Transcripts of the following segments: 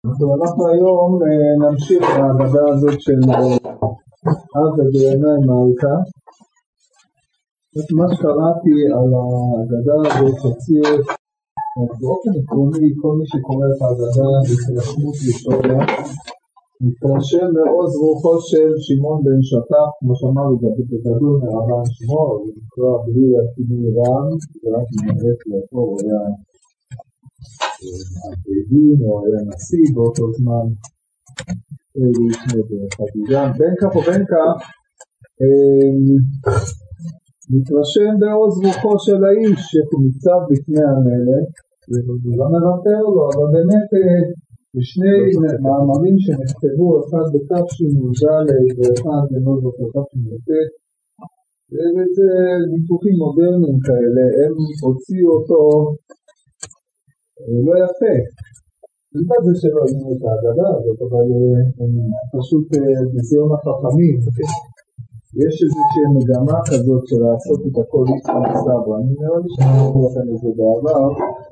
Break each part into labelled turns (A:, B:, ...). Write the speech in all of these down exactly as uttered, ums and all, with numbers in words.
A: אנחנו היום נמשיך בהגדה הזאת של אב ודיינאי מלכה. מה שקראתי על ההגדה הזאת הוציא באופן עקרוני כל מי שקורא את ההגדה בהתרשמות ראשונה מתרשם מעוז רוחו של שמעון בן שטח, כמו שאמרנו בגדול מרבן שמו, הוא נקרא בלי הכינוי רם, ורק מנהלת לאותו, הוא היה דין או היה נשיא באותו זמן לפני בחגיגה. בין כך ובין כך מתרשם בעוז רוחו של האיש שהוא ניצב בפני המלך ולא מוותר לו, אבל באמת בשני מאמרים שנכתבו, אחד בכף שמוזל ואחד בנוזות בכף שמוזל, וזה ניתוחים מודרניים כאלה, הם הוציאו אותו לא יפה. לבד זה שלא היו את ההגדה הזאת, אבל הם פשוט ניסיון החכמים. יש איזושהי מגמה כזאת של לעשות את הכל איסטר סבא. אני נראה לי שאנחנו לכם את זה בעבר,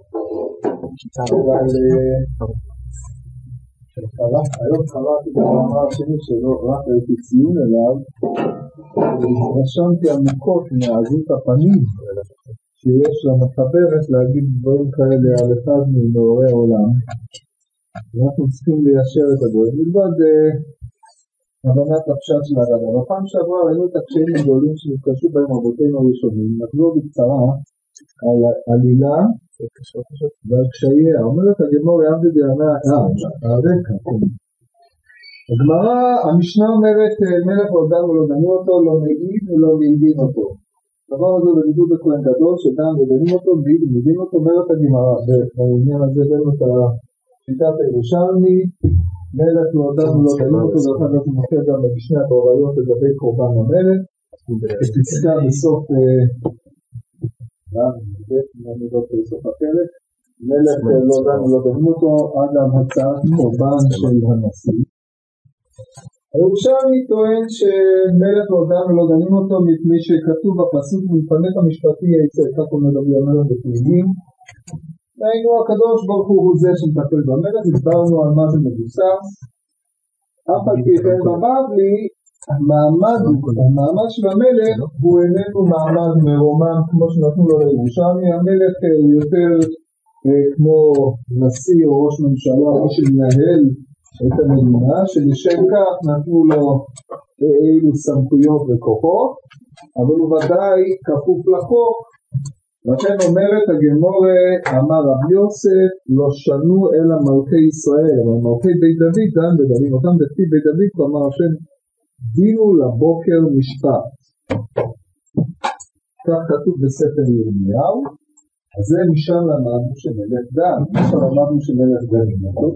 A: אבל היום קראתי במאמר שני שלא רק הייתי ציון אליו, רשמתי עמוקות מעזות הפנים שיש למחברת להגיד דברים כאלה על אחד ממאורי העולם. אנחנו צריכים ליישר את הדברים מלבד הבנת הפשט של ההגדה. בפעם שעברה ראינו את הקשיים הגדולים שנתקשו בהם רבותינו הראשונים. נחזור בקצרה על עלילה ועל קשייה. אומרת הגמרא יעבד דיינאי, אה, הרקע. הגמרא, המשנה אומרת מלך ועודם ולא דנו אותו, לא מעיד ולא מעידים אותו. הדבר הזה בניגוד לכהן גדול שדם ודנים אותו, מעיד ומעידים אותו. אומרת הגמרא, בעניין הזה הבאנו את שיטת הירושלמי, מלך ועודם ולא דנים אותו, ואחר כך הוא מופיע גם במשנה הבאוריות לגבי קורבן המלך, בפסקה בסוף בסוף הפרק, מלך לא דם ולא דנים אותו עד להצעת קורבן של הנשיא. הירושלמי טוען שמלך לא דם ולא דנים אותו מפני שכתוב בפסוק מלפניך המשפטי יצא, כך הוא מדבר המלך בתהילים. היינו הקדוש ברוך הוא זה שמטפל במלך, הסברנו על מה זה מבוסס. אף על פי כן בבבלי, המעמד, המעמד של המלך הוא איננו מעמד מרומן כמו שנתנו לו לירושלמי. המלך הוא יותר כמו נשיא או ראש ממשלה, מי שמנהל את המדינה, שלשם כך נתנו לו אילו סמכויות וכוחות, אבל הוא ודאי כפוף לחוק. לכן אומרת הגמרא, אמר רבי יוסף, לא שנו אלא מלכי ישראל, אבל מלכי בית דוד דן בדנים, אותם בכתיב בית דוד, כלומר השם דינו לבוקר משפט. כך כתוב בספר ירמיהו, אז זה משם למדנו שמלך דן, משם למדנו שמלך דן, נכון?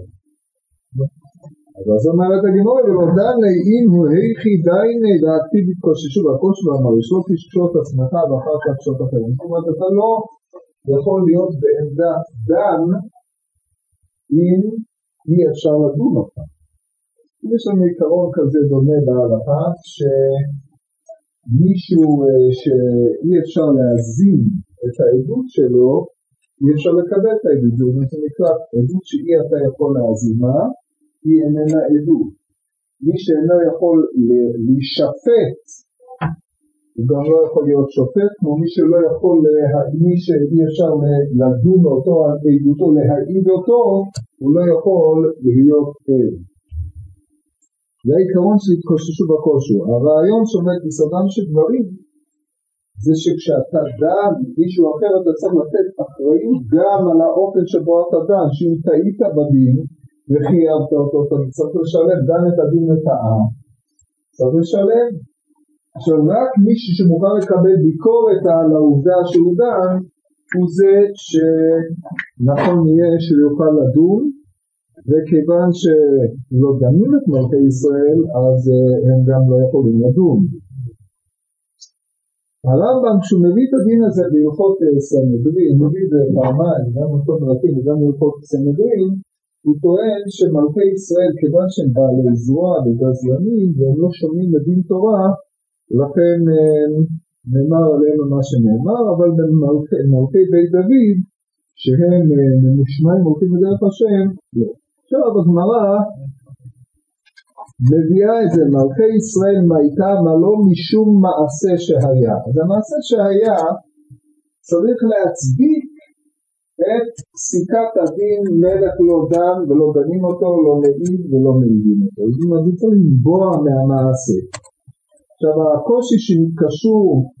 A: אז אומרת הגמרא, ולא דן אם הוא היכי דייני להקטיב התקוששו והקושו ואמר, יש לא תשקשות עצמך ואחר כך קשות אחרים. זאת אומרת, אתה לא יכול להיות בעמדה דן אם אי אפשר לדון אותה. יש לנו עיקרון כזה דומה בהלכה, שמישהו שאי אפשר להזין את העדות שלו, אי אפשר לקבל את העדות. זה נקרא עדות שאי אתה יכול להזינה, היא איננה עדות. מי שאינו יכול להישפט, הוא גם לא יכול להיות שופט, כמו מי שלא יכול, מי שאי אפשר לדון אותו על עדותו, להעיד אותו, הוא לא יכול להיות עד. זה העיקרון שהתקוששו בקושו. הרעיון שעומד בסודם של דברים, זה שכשאתה דן מישהו אחר, אתה צריך לתת אחריות גם על האופן שבו אתה דן, שאם טעית בדין, וחייבת אותו, אתה צריך לשלם, דן את הדין לטעה, צריך לשלם. עכשיו רק מישהו שמוכן לקבל ביקורת על העובדה שהוא דן, הוא זה שנכון יהיה שיוכל לדון, וכיוון שלא דנים את מלכי ישראל, אז הם גם לא יכולים לדון. הרמב"ם כשהוא מביא את הדין הזה בהלכות סנהדרין, הוא מביא את זה פעמיים, גם אותו מרתים וגם בהלכות סנהדרין, הוא טוען שמלכי ישראל, כיוון שהם בעלי זרוע וגזלנים והם לא שומעים לדין תורה, לכן נאמר עליהם מה שנאמר, אבל במלכי בית דוד, שהם ממושמעים הולכים בדרך השם, לא. עכשיו הגמרא מביאה את זה, מלכי ישראל מאיתה מה לא משום מעשה שהיה. אז המעשה שהיה צריך להצדיק את פסיקת הדין מלך לא דן ולא דנים אותו, לא מעיד ולא מעידים אותו. אז הוא מביא צריך לבוע מהמעשה. עכשיו הקושי שהתקשו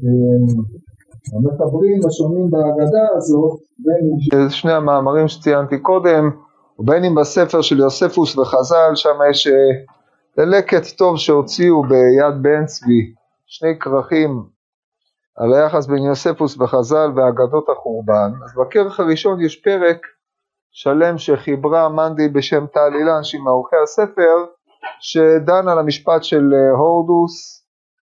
A: המחברים השונים בהגדה הזאת, בין אם שני המאמרים שציינתי קודם, ובין אם בספר של יוספוס וחז"ל, שם יש לקט טוב שהוציאו ביד בן צבי, שני כרכים על היחס בין יוספוס וחז"ל ואגדות החורבן. אז בכרך הראשון יש פרק שלם שחיברה מנדי בשם טל אילן, שהיא מעורכי הספר, שדן על המשפט של הורדוס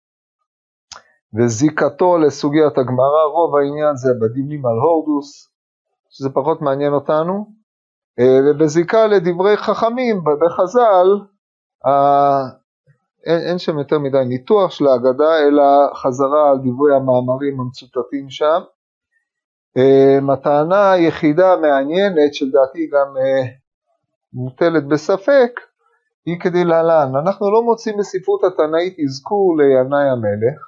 A: וזיקתו לסוגיית הגמרא. רוב העניין זה בדיונים על הורדוס, שזה פחות מעניין אותנו, ובזיקה לדברי חכמים בחז"ל, אין, אין שם יותר מדי ניתוח של ההגדה, אלא חזרה על דברי המאמרים המצוטטים שם. הטענה היחידה מעניינת, שלדעתי גם מוטלת בספק, היא כדי להלן: אנחנו לא מוצאים בספרות התנאית אזכור לינאי המלך,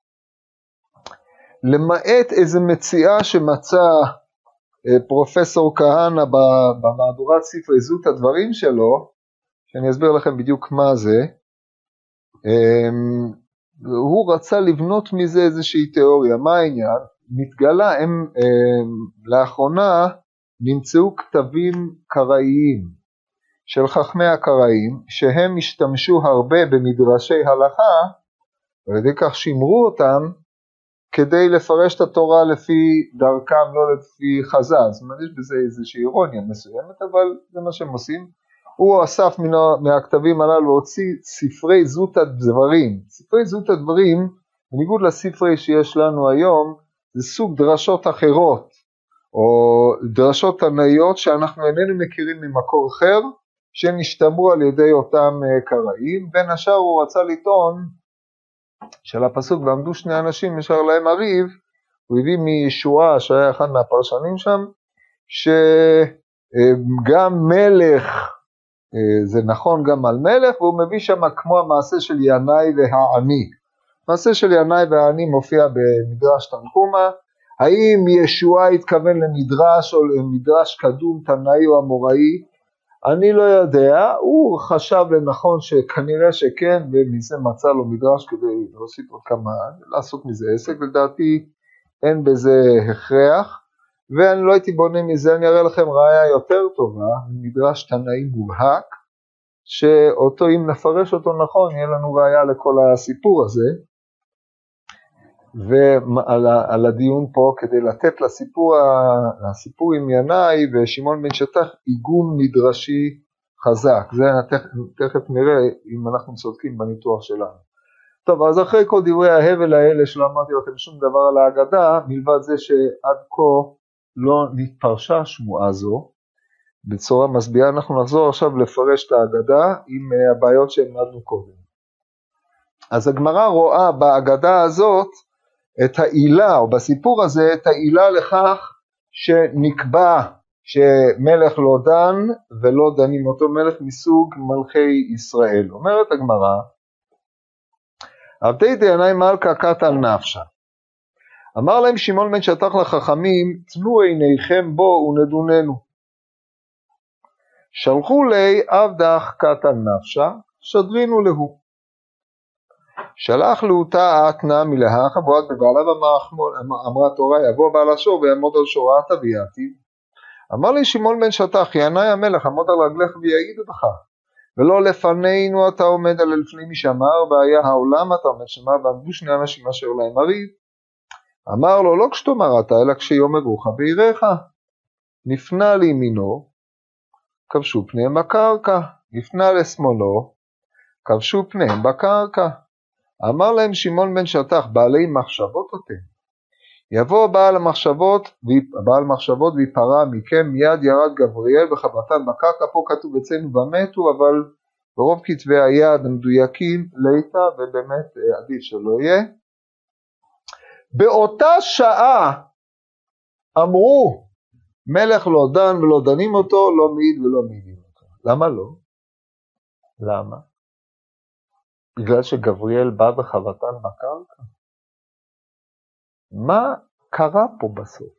A: למעט איזה מציאה שמצא פרופסור כהנא במהדורת ספרי זוט הדברים שלו, שאני אסביר לכם בדיוק מה זה. הוא רצה לבנות מזה איזושהי תיאוריה. מה העניין? מתגלה, הם לאחרונה נמצאו כתבים קראיים של חכמי הקראיים, שהם השתמשו הרבה במדרשי הלכה, ועל כך שימרו אותם, כדי לפרש את התורה לפי דרכם, לא לפי חז"ל. זאת אומרת, יש בזה איזושהי אירוניה מסוימת, אבל זה מה שהם עושים. הוא אסף מהכתבים הללו, הוציא ספרי זוט הדברים. ספרי זוט הדברים, בניגוד לספרי שיש לנו היום, זה סוג דרשות אחרות, או דרשות תנאיות שאנחנו איננו מכירים ממקור אחר, שנשתמרו על ידי אותם קראים. בין השאר הוא רצה לטעון, של הפסוק ועמדו שני אנשים ישר להם הריב, הוא הביא מישועה שהיה אחד מהפרשנים שם, שגם מלך, זה נכון גם על מלך, והוא מביא שם כמו המעשה של ינאי והעני. המעשה של ינאי והעני מופיע במדרש תנחומא. האם ישועה התכוון למדרש או למדרש קדום תנאי או אמוראי? אני לא יודע. הוא חשב לנכון שכנראה שכן, ומזה מצא לו מדרש כדי להוסיף עוד כמה, לעשות מזה עסק. לדעתי אין בזה הכרח, ואני לא הייתי בונה מזה. אני אראה לכם ראיה יותר טובה, מדרש תנאי מובהק, שאותו אם נפרש אותו נכון, יהיה לנו ראיה לכל הסיפור הזה, ועל על הדיון פה, כדי לתת לסיפור, לסיפור עם ינאי ושמעון בן שטח, איגום מדרשי חזק. זה תכף, תכף נראה אם אנחנו צודקים בניתוח שלנו. טוב, אז אחרי כל דברי ההבל האלה שלא אמרתי לכם שום דבר על ההגדה, מלבד זה שעד כה לא נתפרשה שמועה זו בצורה משביעה, אנחנו נחזור עכשיו לפרש את ההגדה עם הבעיות שהעמדנו קודם. אז הגמרא רואה בהגדה הזאת את העילה, או בסיפור הזה את העילה לכך שנקבע שמלך לא דן ולא דנים אותו, מלך מסוג מלכי ישראל. אומרת הגמרא, עבדי דינאי מלכה קטן נפשה. אמר להם שמעון בן שטח לחכמים, תנו עיניכם בו ונדוננו. שלחו לי עבדך קטן נפשה, שדרינו להו. שלח לאותה אתנה מלהך, בועד בבעליו אמרה תורה, יבוא בעל השור ויעמוד על שורת אבייתי. אמר לי שמעון בן שטח, ינאי המלך, עמוד על רגלך ויעיד בך. ולא לפנינו אתה עומד על לפני משמר, והיה העולם אתה עומד שמר, ועמדו שני אנשים אשר להם הריב. אמר לו, לא כשתאמר אתה, אלא כשיאמרוך בירך. נפנה לימינו, כבשו פניהם בקרקע. נפנה לשמאלו, כבשו פניהם בקרקע. אמר להם שמעון בן שטח, בעלי מחשבות אתם. יבוא בעל המחשבות, בעל מחשבות ויפרע מכם, מיד ירד גבריאל וחברתן בקרקע. פה כתוב אצלנו ומתו, אבל ברוב כתבי היד המדויקים ליטה, ובאמת עדיף שלא יהיה. באותה שעה אמרו, מלך לא דן ולא דנים אותו, לא מעיד ולא מעידים אותו.
B: למה לא? למה? בגלל שגבריאל בא בחבטן בקרקע? מה קרה פה בסוף?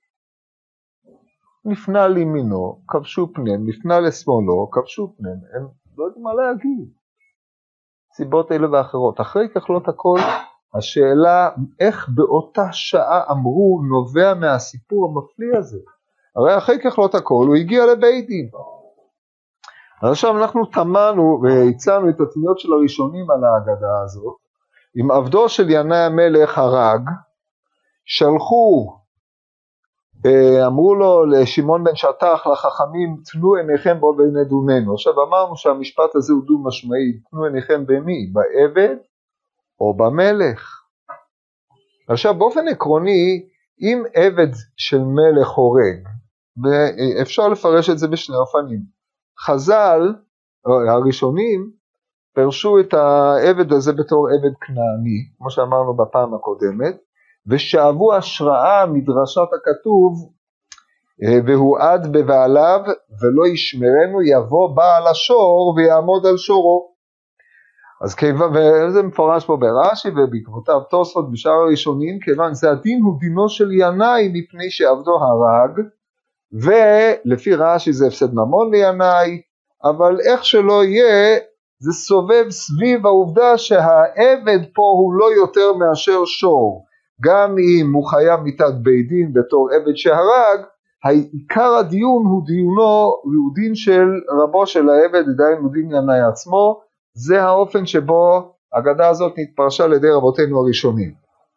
B: נפנה לימינו, כבשו פניהם, נפנה לשמאלו, כבשו פניהם, הם לא יודעים מה להגיד. סיבות אלה ואחרות. אחרי ככלות הכל, השאלה איך באותה שעה אמרו נובע מהסיפור המפליא הזה. הרי אחרי ככלות הכל הוא הגיע לבית דין. אז עכשיו אנחנו תמנו והצענו את התמיהות של הראשונים על ההגדה הזאת. עם עבדו של ינאי המלך הרג, שלחו, אמרו לו לשמעון בן שטח לחכמים, תנו עיניכם בו ונדוננו. עכשיו אמרנו שהמשפט הזה הוא דו משמעי, תנו עיניכם במי? בעבד או במלך? עכשיו באופן עקרוני, אם עבד של מלך הורג, אפשר לפרש את זה בשני אופנים. חז"ל, הראשונים, פרשו את העבד הזה בתור עבד כנעני, כמו שאמרנו בפעם הקודמת, ושאבו השראה מדרשת הכתוב, והוא עד בבעליו ולא ישמרנו, יבוא בעל השור ויעמוד על שורו. אז כיוון, וזה מפורש פה ברש"י ובעקבותיו תוספות בשאר הראשונים, כיוון זה הדין הוא דינו של ינאי מפני שעבדו הרג, ולפי רש"י זה הפסד ממון לינאי, אבל איך שלא יהיה, זה סובב סביב העובדה שהעבד פה הוא לא יותר מאשר שור. גם אם הוא חייב מיתת בית דין בתור עבד שהרג, העיקר הדיון הוא דיונו, הוא דין של רבו של העבד, עדיין הוא דין ינאי עצמו. זה האופן שבו ההגדה הזאת נתפרשה על ידי רבותינו הראשונים.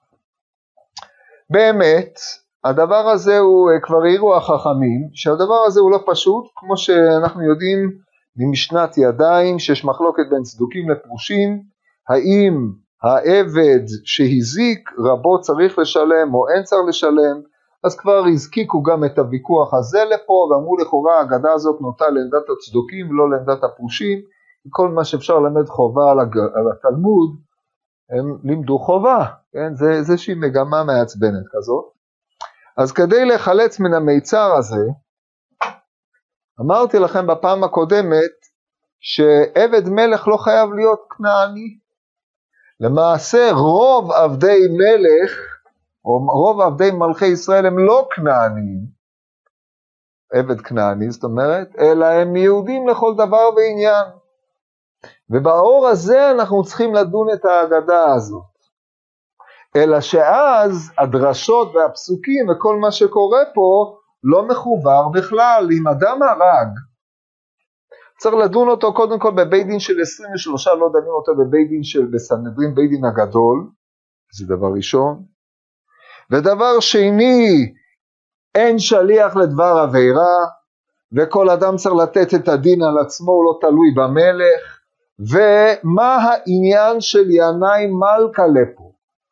B: באמת, הדבר הזה הוא, כבר העירו החכמים, שהדבר הזה הוא לא פשוט, כמו שאנחנו יודעים ממשנת ידיים, שיש מחלוקת בין צדוקים לפרושים, האם העבד שהזיק רבו צריך לשלם או אין צריך לשלם, אז כבר הזקיקו גם את הוויכוח הזה לפה, ואמרו לכאורה ההגדה הזאת נוטה לעמדת הצדוקים ולא לעמדת הפרושים, כל מה שאפשר ללמד חובה על, הג... על התלמוד, הם לימדו חובה, כן? זה איזושהי מגמה מעצבנת כזאת. אז כדי לחלץ מן המיצר הזה, אמרתי לכם בפעם הקודמת, שעבד מלך לא חייב להיות כנעני. למעשה רוב עבדי מלך, או רוב עבדי מלכי ישראל הם לא כנענים, עבד כנעני זאת אומרת, אלא הם יהודים לכל דבר ועניין. ובאור הזה אנחנו צריכים לדון את ההגדה הזאת. אלא שאז הדרשות והפסוקים וכל מה שקורה פה לא מחובר בכלל. אם אדם הרג, צריך לדון אותו קודם כל בבית דין של עשרים ושלוש, לא דנים אותו בבית דין של בסנהדרין, בית דין הגדול, זה דבר ראשון. ודבר שני, אין שליח לדבר עבירה, וכל אדם צריך לתת את הדין על עצמו, הוא לא תלוי במלך. ומה העניין של ינאי מלכה לפה?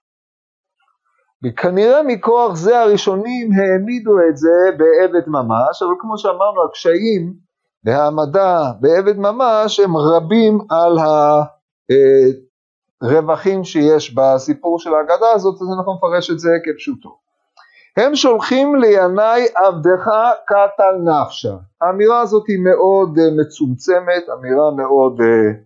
B: וכנראה מכוח זה הראשונים העמידו את זה בעבד ממש, אבל כמו שאמרנו, הקשיים בהעמדה בעבד ממש הם רבים על הרווחים שיש בסיפור של ההגדה הזאת, אז אנחנו נפרש את זה כפשוטו. הם שולחים לינאי עבדך קטל נפשה. האמירה הזאת היא מאוד מצומצמת, אמירה מאוד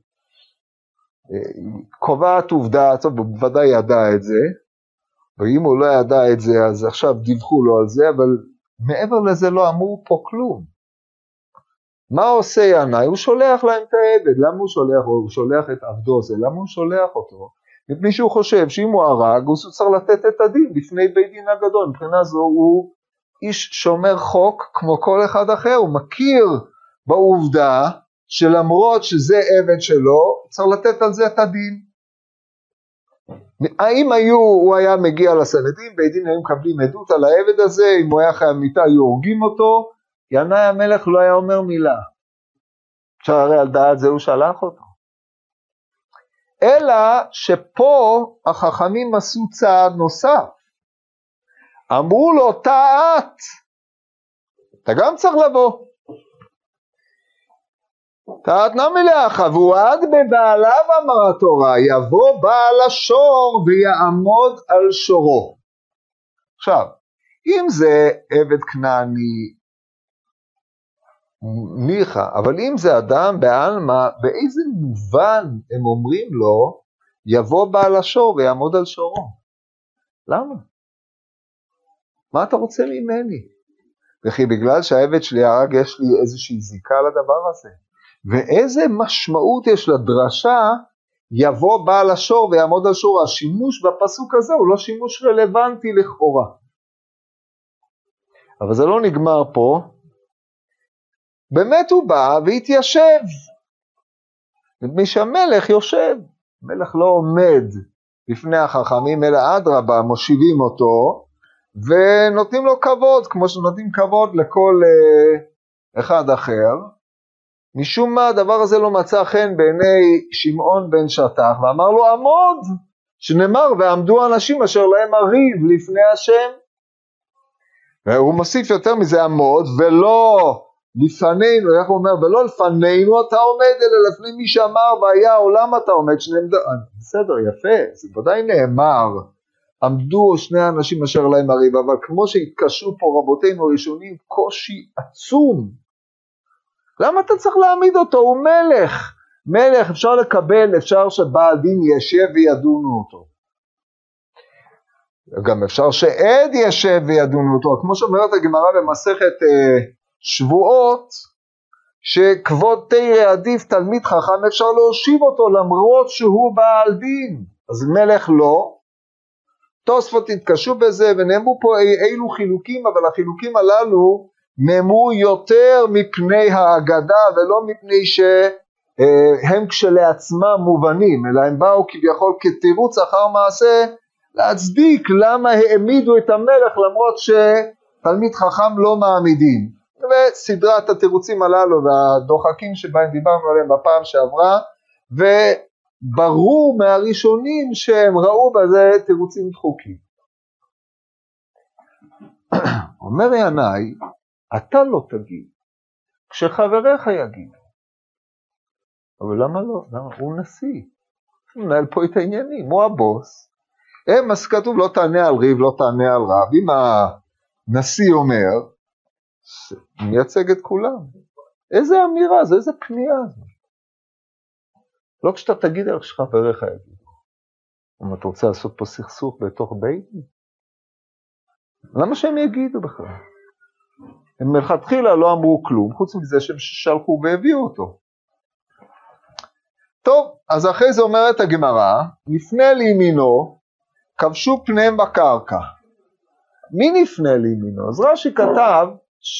B: קובעת עובדה, טוב, הוא בוודאי ידע את זה, ואם הוא לא ידע את זה, אז עכשיו דיווחו לו על זה, אבל מעבר לזה לא אמרו פה כלום. מה עושה ינאי? הוא שולח להם את העבד. למה הוא שולח? הוא שולח את עבדו זה. למה הוא שולח אותו? מפני שהוא חושב שאם הוא הרג, הוא צריך לתת את הדין בפני בית דין הגדול. מבחינה זו הוא איש שומר חוק כמו כל אחד אחר. הוא מכיר בעובדה שלמרות שזה עבד שלו, צריך לתת על זה את הדין. האם היו, הוא היה מגיע לסנהדרין, בית דין היו מקבלים עדות על העבד הזה, אם הוא היה חייב מיתה, היו הורגים אותו, ינאי המלך לא היה אומר מילה. אפשר הרי על דעת זה הוא שלח אותו. אלא שפה החכמים עשו צעד נוסף. אמרו לו, תעת, אתה גם צריך לבוא. תעת נמי לך, והוא עד בבעליו אמר התורה, יבוא בעל השור ויעמוד על שורו. עכשיו, אם זה עבד כנעני, ניחא, אבל אם זה אדם בעלמא, באיזה מובן הם אומרים לו, יבוא בעל השור ויעמוד על שורו? למה? מה אתה רוצה ממני? וכי בגלל שהעבד שלי הרג יש לי איזושהי זיקה לדבר הזה. ואיזה משמעות יש לדרשה, יבוא בעל השור ויעמוד על שורו? השימוש בפסוק הזה הוא לא שימוש רלוונטי לכאורה. אבל זה לא נגמר פה. באמת הוא בא והתיישב. מפני שהמלך יושב. המלך לא עומד לפני החכמים, אלא אדרבה, מושיבים אותו, ונותנים לו כבוד, כמו שנותנים כבוד לכל אה, אחד אחר. משום מה הדבר הזה לא מצא חן בעיני שמעון בן שטח, ואמר לו עמוד, שנאמר ועמדו אנשים אשר להם הריב לפני השם. והוא מוסיף יותר מזה עמוד, ולא לפנינו, איך הוא אומר, ולא לפנינו אתה עומד, אלא לפני מי שאמר והיה העולם אתה עומד. שניהם ד... בסדר, יפה, זה ודאי נאמר, עמדו שני אנשים אשר להם הריב, אבל כמו שהתקשו פה רבותינו הראשונים, קושי עצום. למה אתה צריך להעמיד אותו? הוא מלך. מלך אפשר לקבל, אפשר שבעל דין ישב וידונו אותו. גם אפשר שעד ישב וידונו אותו, כמו שאומרת הגמרא במסכת אה, שבועות, שכבוד תרא עדיף תלמיד חכם, אפשר להושיב אותו למרות שהוא בעל דין. אז מלך לא. תוספות התקשו בזה ונאמרו פה אילו חילוקים, אבל החילוקים הללו נאמרו יותר מפני האגדה ולא מפני שהם כשלעצמם מובנים, אלא הם באו כביכול כתירוץ אחר מעשה להצדיק למה העמידו את המלך למרות שתלמיד חכם לא מעמידים. וסדרת התירוצים הללו והדוחקים שבהם דיברנו עליהם בפעם שעברה, וברור מהראשונים שהם ראו בזה תירוצים דחוקים. אומר ינאי, אתה לא תגיד, כשחבריך יגיד. אבל למה לא? למה? הוא נשיא. הוא מנהל פה את העניינים, הוא הבוס. הם, אז כתוב, לא תענה על ריב, לא תענה על רב. אם הנשיא אומר, מייצג את כולם. איזה אמירה זה, איזה פנייה זה. לא כשאתה תגיד איך שחבריך יגיד. אם אתה רוצה לעשות פה סכסוך בתוך בית, למה שהם יגידו בכלל? הם מלכתחילה לא אמרו כלום, חוץ מזה שהם שלחו והביאו אותו. טוב, אז אחרי זה אומרת הגמרא, נפנה לימינו, כבשו פניהם בקרקע. מי נפנה לימינו? אז רש"י כתב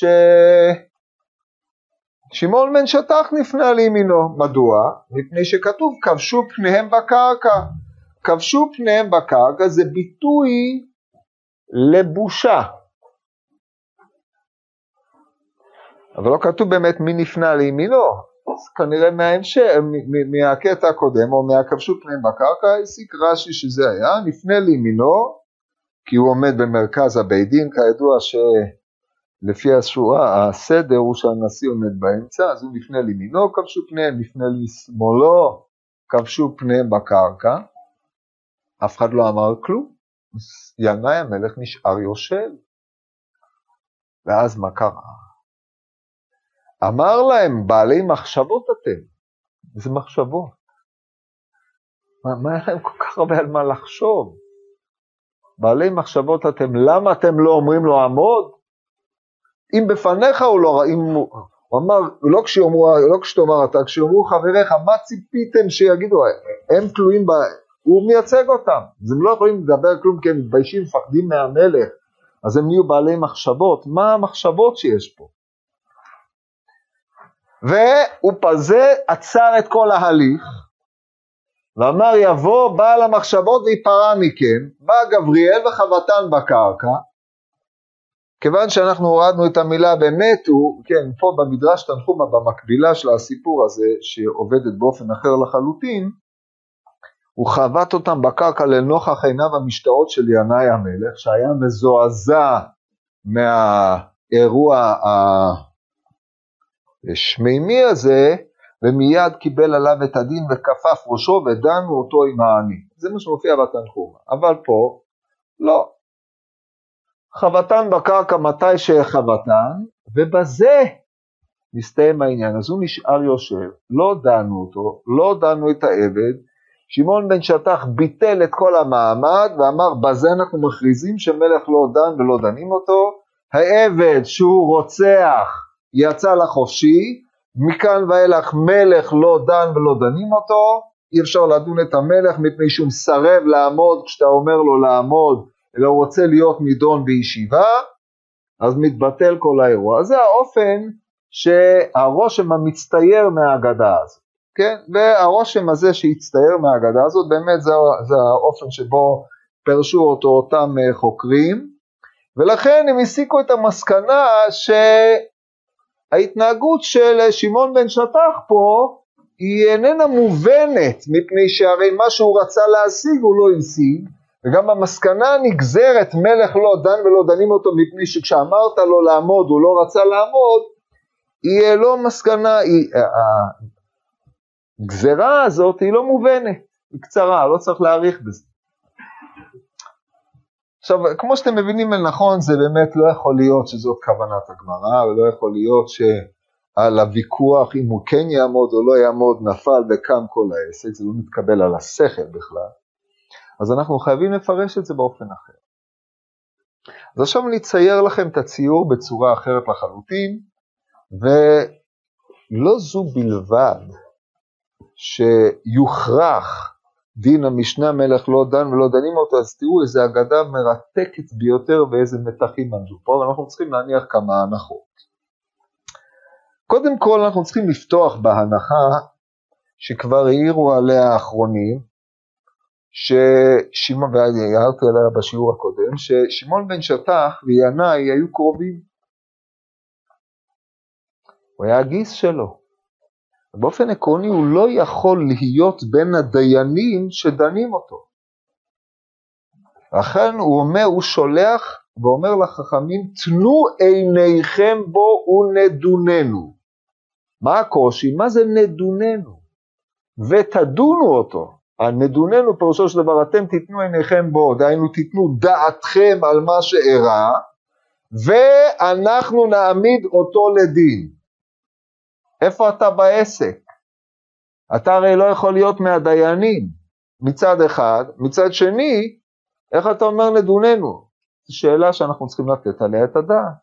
B: ששמעון בן שטח נפנה לימינו. מדוע? מפני שכתוב כבשו פניהם בקרקע. כבשו פניהם בקרקע זה ביטוי לבושה. אבל לא כתוב באמת מי נפנה לימינו. אז כנראה מההמשך, מהקטע הקודם, או מהכבשו פניהם בקרקע, הסיק רש"י שזה היה, נפנה לימינו, כי הוא עומד במרכז הבית דין, כידוע שלפי השורה, הסדר הוא שהנשיא עומד באמצע, אז הוא נפנה לימינו, כבשו פניהם, נפנה לשמאלו, כבשו פניהם בקרקע, אף אחד לא אמר כלום, ינאי המלך נשאר יושב, ואז מה קרה? אמר להם, בעלי מחשבות אתם. איזה מחשבות? מה, מה היה להם כל כך הרבה על מה לחשוב? בעלי מחשבות אתם, למה אתם לא אומרים לו עמוד? אם בפניך הוא לא, אם הוא, הוא אמר, לא כשאומרו, לא כשאומר אתה, כשאומרו חבריך, מה ציפיתם שיגידו? הם תלויים בה, הוא מייצג אותם. אז הם לא יכולים לדבר כלום, כי הם מתביישים, מפחדים מהמלך. אז הם נהיו בעלי מחשבות. מה המחשבות שיש פה? והוא פזה עצר את כל ההליך, ואמר יבוא בעל המחשבות ויפרע מכם, בא גבריאל וחבטן בקרקע, כיוון שאנחנו הורדנו את המילה באמת, הוא, כן, פה במדרש תנחומה במקבילה של הסיפור הזה, שעובדת באופן אחר לחלוטין, הוא חבט אותם בקרקע לנוכח עיניו המשתאות של ינאי המלך, שהיה מזועזע מהאירוע ה... השמימי הזה, ומיד קיבל עליו את הדין וכפף ראשו ודנו אותו עם העני. זה מה שמופיע בתנחומה. אבל פה, לא. חבטן בקרקע מתי שחבטן, ובזה מסתיים העניין. אז הוא נשאר יושב, לא דנו אותו, לא דנו את העבד. שמעון בן שטח ביטל את כל המעמד ואמר, בזה אנחנו מכריזים שמלך לא דן ולא דנים אותו. העבד שהוא רוצח יצא לחופשי, מכאן ואילך מלך לא דן ולא דנים אותו. אי אפשר לדון את המלך מפני שהוא מסרב לעמוד כשאתה אומר לו לעמוד, אלא הוא רוצה להיות נידון בישיבה, אז מתבטל כל האירוע. זה האופן שהרושם המצטייר מהאגדה הזאת, כן? והרושם הזה שהצטייר מהאגדה הזאת, באמת זה, זה האופן שבו פרשו אותו אותם חוקרים, ולכן הם הסיקו את המסקנה שההתנהגות של שמעון בן שטח פה, היא איננה מובנת, מפני שהרי מה שהוא רצה להשיג הוא לא השיג, וגם המסקנה נגזרת מלך לא דן ולא דנים אותו, מפני שכשאמרת לו לעמוד הוא לא רצה לעמוד, היא לא מסקנה, היא, הגזרה הזאת היא לא מובנת, היא קצרה, לא צריך להאריך בזה. עכשיו, כמו שאתם מבינים נכון, זה באמת לא יכול להיות שזאת כוונת הגמרא, ולא יכול להיות שעל הוויכוח אם הוא כן יעמוד או לא יעמוד נפל וקם כל העסק, זה לא מתקבל על השכל בכלל. אז אנחנו חייבים לפרש את זה באופן אחר. אז עכשיו אני אצייר לכם את הציור בצורה אחרת לחלוטין, ולא זו בלבד שיוכרח דין המשנה מלך לא דן ולא דנים אותו, אז תראו איזה אגדה מרתקת ביותר ואיזה מתחים עמדו פה, ואנחנו צריכים להניח כמה הנחות. קודם כל אנחנו צריכים לפתוח בהנחה שכבר העירו עליה האחרונים, ששמעון, והערתי עליה בשיעור הקודם, ששמעון בן שטח וינאי היו קרובים. הוא היה הגיס שלו. באופן עקרוני הוא לא יכול להיות בין הדיינים שדנים אותו. לכן הוא אומר, הוא שולח ואומר לחכמים, תנו עיניכם בו ונדוננו. מה הקושי? מה זה נדוננו? ותדונו אותו. הנדוננו פירושו של דבר, אתם תיתנו עיניכם בו, דהיינו תיתנו דעתכם על מה שאירע, ואנחנו נעמיד אותו לדין. איפה אתה בעסק? אתה הרי לא יכול להיות מהדיינים, מצד אחד, מצד שני, איך אתה אומר נדוננו? זו שאלה שאנחנו צריכים לתת עליה את הדעת.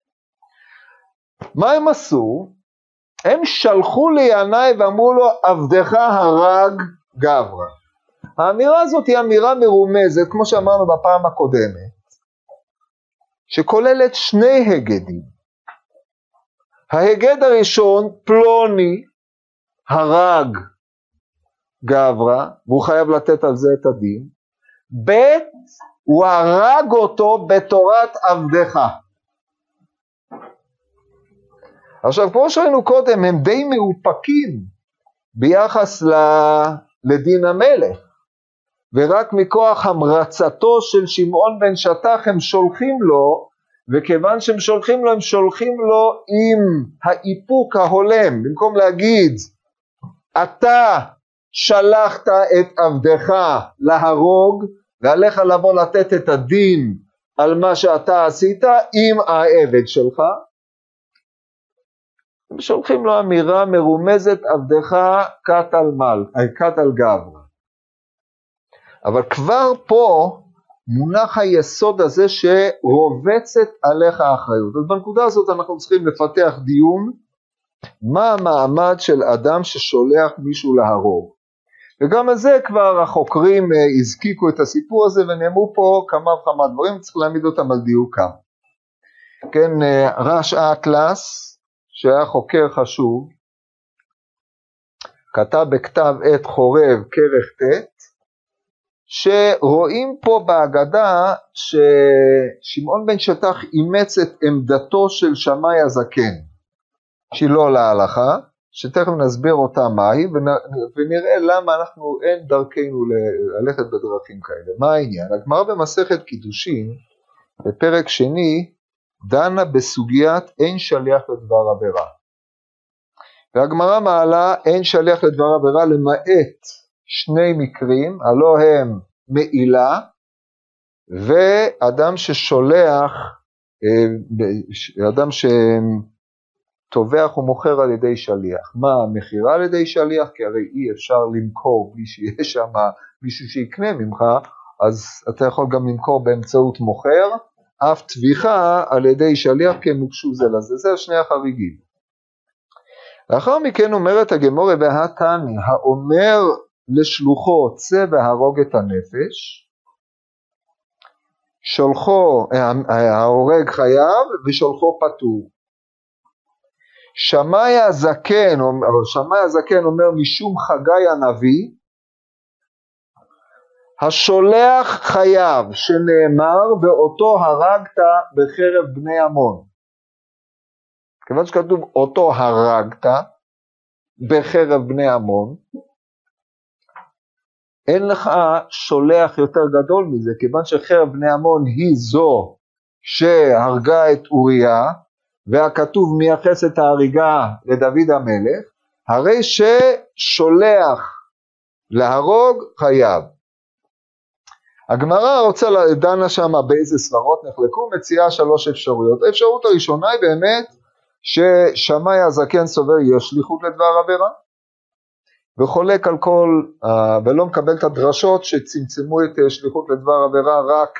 B: מה הם עשו? הם שלחו לינאי ואמרו לו, עבדך הרג גברא. האמירה הזאת היא אמירה מרומזת, כמו שאמרנו בפעם הקודמת, שכוללת שני הגדים. ההגד הראשון, פלוני, הרג גברא, והוא חייב לתת על זה את הדין. ב' הוא הרג אותו בתורת עבדך. עכשיו, כמו שראינו קודם, הם די מאופקים ביחס לדין המלך, ורק מכוח המרצתו של שמעון בן שטח הם שולחים לו, וכיוון שהם שולחים לו, הם שולחים לו עם האיפוק ההולם, במקום להגיד, אתה שלחת את עבדך להרוג, ועליך לבוא לתת את הדין על מה שאתה עשית עם העבד שלך, הם שולחים לו אמירה מרומזת, עבדך קטל מל, קטל גברא. אבל כבר פה מונח היסוד הזה שרובצת עליך האחריות. אז בנקודה הזאת אנחנו צריכים לפתח דיון, מה המעמד של אדם ששולח מישהו להרוג. וגם על זה כבר החוקרים הזקיקו את הסיפור הזה, ונאמרו פה כמה וכמה דברים, צריך להעמיד אותם על דיוקם. כן, ראש האטלס, שהיה חוקר חשוב, כתב בכתב עת חורב כרך ט', שרואים פה בהגדה ששמעון בן שטח אימץ את עמדתו של שמאי הזקן, שהיא לא להלכה, שתכף נסביר אותה מהי, ונראה למה אנחנו אין דרכנו ללכת בדרכים כאלה. מה העניין? הגמרא במסכת קידושין, בפרק שני, דנה בסוגיית אין שליח לדבר עבירה. והגמרא מעלה אין שליח לדבר עבירה למעט שני מקרים, הלא הם מעילה, ואדם ששולח, אדם תובח ומוכר על ידי שליח. מה המחירה על ידי שליח? כי הרי אי אפשר למכור בלי שיש שם מישהו שיקנה ממך, אז אתה יכול גם למכור באמצעות מוכר, אף תביחה על ידי שליח כי הם מוקשו זה לזה. זה שני החריגים. לאחר מכן אומרת הגמורה בהתני, האומר לשלוחו צא והרוג את הנפש, שולחו, ההורג חייב ושולחו פטור. שמאי הזקן, שמאי הזקן אומר משום חגי הנביא, השולח חייב שנאמר ואותו הרגת בחרב בני עמון. כיוון שכתוב אותו הרגת בחרב בני עמון, אין לך שולח יותר גדול מזה, כיוון שחרב בני עמון היא זו שהרגה את אוריה, והכתוב מייחס את ההריגה לדוד המלך, הרי ששולח להרוג חייב. הגמרא רוצה לדנה שם באיזה סברות נחלקו, מציעה שלוש אפשרויות. האפשרות הראשונה היא באמת ששמאי הזקן סובר יש שליחות לדבר עבירה, וחולק על כל, ולא מקבל את הדרשות שצמצמו את שליחות לדבר עבירה רק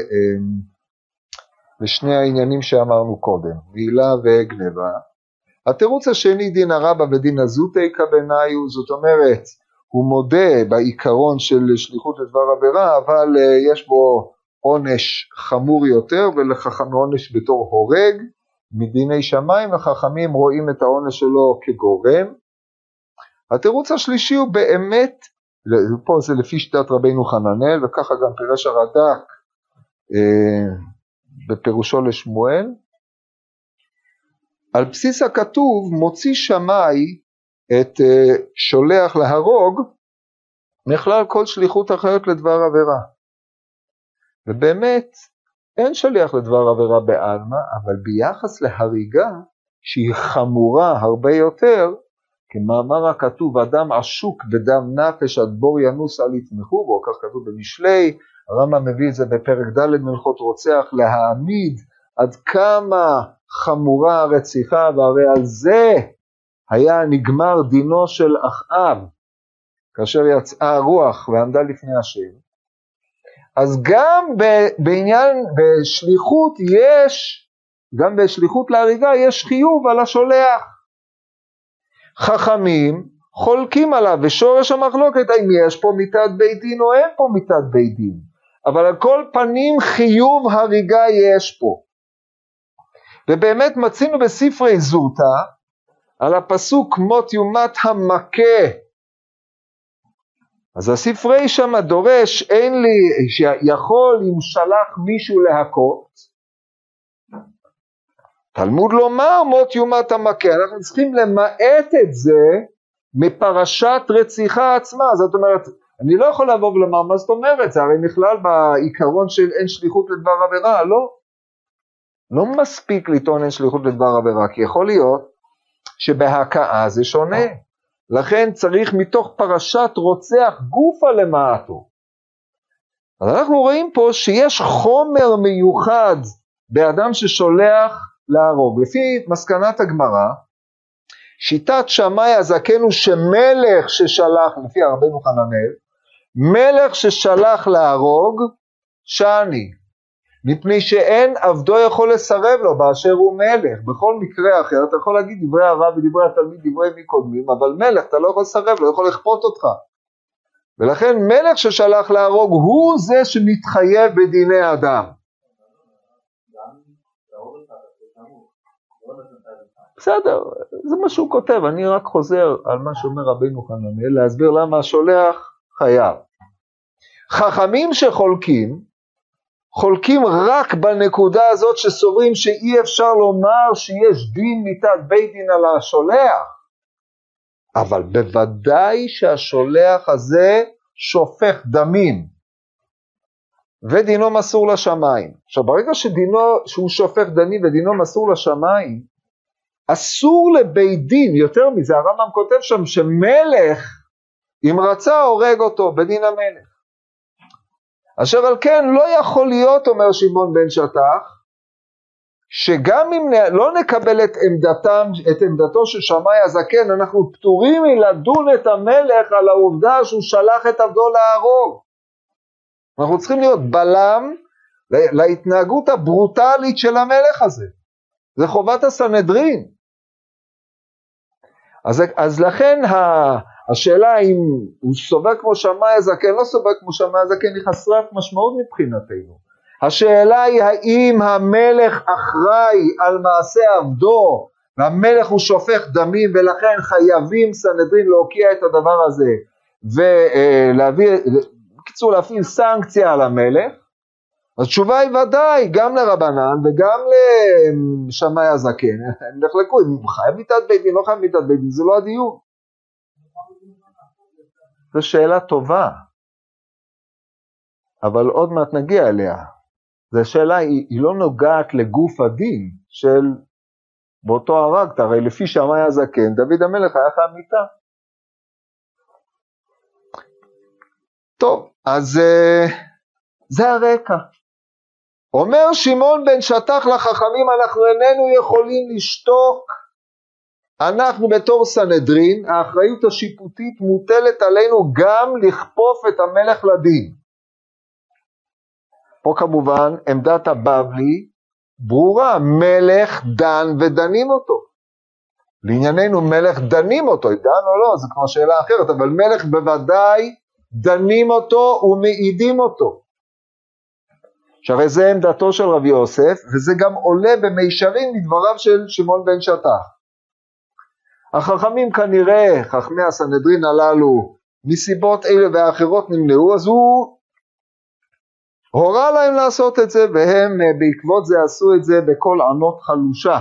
B: לשני העניינים שאמרנו קודם, מעילה וגנבה. התירוץ השני דין הרבה ודין הזוטי כבניו, זאת אומרת, הוא מודה בעיקרון של שליחות לדבר עבירה, אבל יש בו עונש חמור יותר, ולחכם עונש בתור הורג, מדיני שמיים, החכמים רואים את העונש שלו כגורם. התירוץ השלישי הוא באמת, פה זה לפי שיטת רבינו חננאל, וככה גם פירש הרד"ק אה, בפירושו לשמואל, על בסיס הכתוב מוציא שמאי את אה, שולח להרוג, מכלל כל שליחות אחרת לדבר עבירה. ובאמת אין שליח לדבר עבירה בעלמא, אבל ביחס להריגה שהיא חמורה הרבה יותר, כמאמר הכתוב, אדם עשוק בדם נפש עד בור ינוס אל יתמכו בו, כך כתוב במשלי, הרמב"ם מביא את זה בפרק ד' מלכות רוצח, להעמיד עד כמה חמורה הרציחה, והרי על זה היה נגמר דינו של אחאב, כאשר יצאה הרוח ועמדה לפני השם. אז גם בעניין, בשליחות יש, גם בשליחות להריגה יש חיוב על השולח. חכמים חולקים עליו, ושורש המחלוקת האם יש פה מיתת בית דין או אין פה מיתת בית דין, אבל על כל פנים חיוב הריגה יש פה. ובאמת מצינו בספרי זוטה על הפסוק מות יומת המכה, אז הספרי שם דורש, אין לי, שיכול אם שלח מישהו להכות, תלמוד לומר מות יומת המכה, אנחנו צריכים למעט את זה מפרשת רציחה עצמה. זאת אומרת, אני לא יכול לבוא ולומר מה זאת אומרת, זה הרי נכלל בעיקרון של אין שליחות לדבר עבירה, לא. לא מספיק לטעון אין שליחות לדבר עבירה, כי יכול להיות שבהכאה זה שונה. לכן צריך מתוך פרשת רוצח גופה למעטו. אז אנחנו רואים פה שיש חומר מיוחד באדם ששולח להרוג. לפי מסקנת הגמרא, שיטת שמאי הזקן הוא שמלך ששלח, לפי רבנו חננאל, מלך ששלח להרוג, שאני. מפני שאין עבדו יכול לסרב לו באשר הוא מלך. בכל מקרה אחר אתה יכול להגיד דברי הרב ודברי התלמיד, דברי מי קודמים, אבל מלך אתה לא יכול לסרב, לא יכול לכפות אותך. ולכן מלך ששלח להרוג הוא זה שמתחייב בדיני אדם. בסדר, זה מה שהוא כותב, אני רק חוזר על מה שאומר רבינו חננאל, להסביר למה השולח חייב. חכמים שחולקים, חולקים רק בנקודה הזאת שסוברים שאי אפשר לומר שיש דין מיתת בית דין על השולח, אבל בוודאי שהשולח הזה שופך דמים, ודינו מסור לשמיים. עכשיו ברגע שדינו, שהוא שופך דמים ודינו מסור לשמיים, אסור לבית דין, יותר מזה הרמב"ם כותב שם שמלך אם רצה הורג אותו בדין המלך. אשר על כן לא יכול להיות, אומר שמעון בן שטח, שגם אם לא נקבל את עמדתם, את עמדתו של שמאי הזקן, אנחנו פטורים מלדון את המלך על העובדה שהוא שלח את עבדו להרוג. אנחנו צריכים להיות בלם להתנהגות הברוטלית של המלך הזה. זה חובת הסנהדרין. אז, אז לכן השאלה אם הוא סובר כמו שמאי הזקן, לא סובר כמו שמאי הזקן, היא חסרת משמעות מבחינתנו. השאלה היא האם המלך אחראי על מעשה עבדו, והמלך הוא שופך דמים, ולכן חייבים סנהדרין להוקיע את הדבר הזה, ולהביא, בקיצור להפעיל סנקציה על המלך. אז תשובה היא ודאי, גם לרבנן וגם לשמאי הזקן, הם נחלקו, אם חייב מיתת בית דין, לא חייב מיתת בית דין, זה לא הדיון. זו שאלה טובה, אבל עוד מעט נגיע אליה. זו שאלה, היא, היא לא נוגעת לגוף הדין של באותו הרגת, הרי לפי שמאי הזקן, דוד המלך היה חייב מיתה. טוב, אז זה הרקע. אומר שמעון בן שטח לחכמים, אנחנו איננו יכולים לשתוק, אנחנו בתור סנהדרין, האחריות השיפוטית מוטלת עלינו גם לכפוף את המלך לדין. פה כמובן עמדת הבבלי ברורה, מלך דן ודנים אותו. לענייננו מלך דנים אותו, דן או לא, זו כבר שאלה אחרת, אבל מלך בוודאי דנים אותו ומעידים אותו. שהרי זה עמדתו של רבי יוסף, וזה גם עולה במישרין מדבריו של שמעון בן שטח. החכמים כנראה, חכמי הסנהדרין הללו, מסיבות אלה ואחרות נמנעו, אז הוא הורה להם לעשות את זה, והם בעקבות זה עשו את זה בכל ענות חלושה.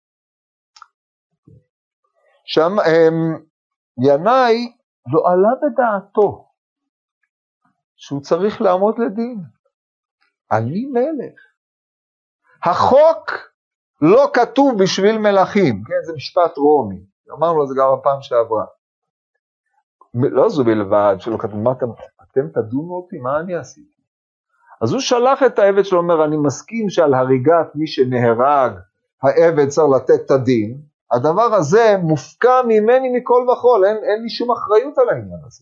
B: שם ינאי לא עלה בדעתו, שהוא צריך לעמוד לדין. אני מלך. החוק לא כתוב בשביל מלכים, כן, זה משפט רומי, אמרנו את זה גם הפעם שעברה. לא זו בלבד, שלא כתוב, מה אתם, אתם תדונו אותי, מה אני עשיתי? אז הוא שלח את העבד שלו, אומר, אני מסכים שעל הריגת מי שנהרג, העבד צריך לתת את הדין, הדבר הזה מופקע ממני מכל וכל, אין, אין לי שום אחריות על העניין הזה.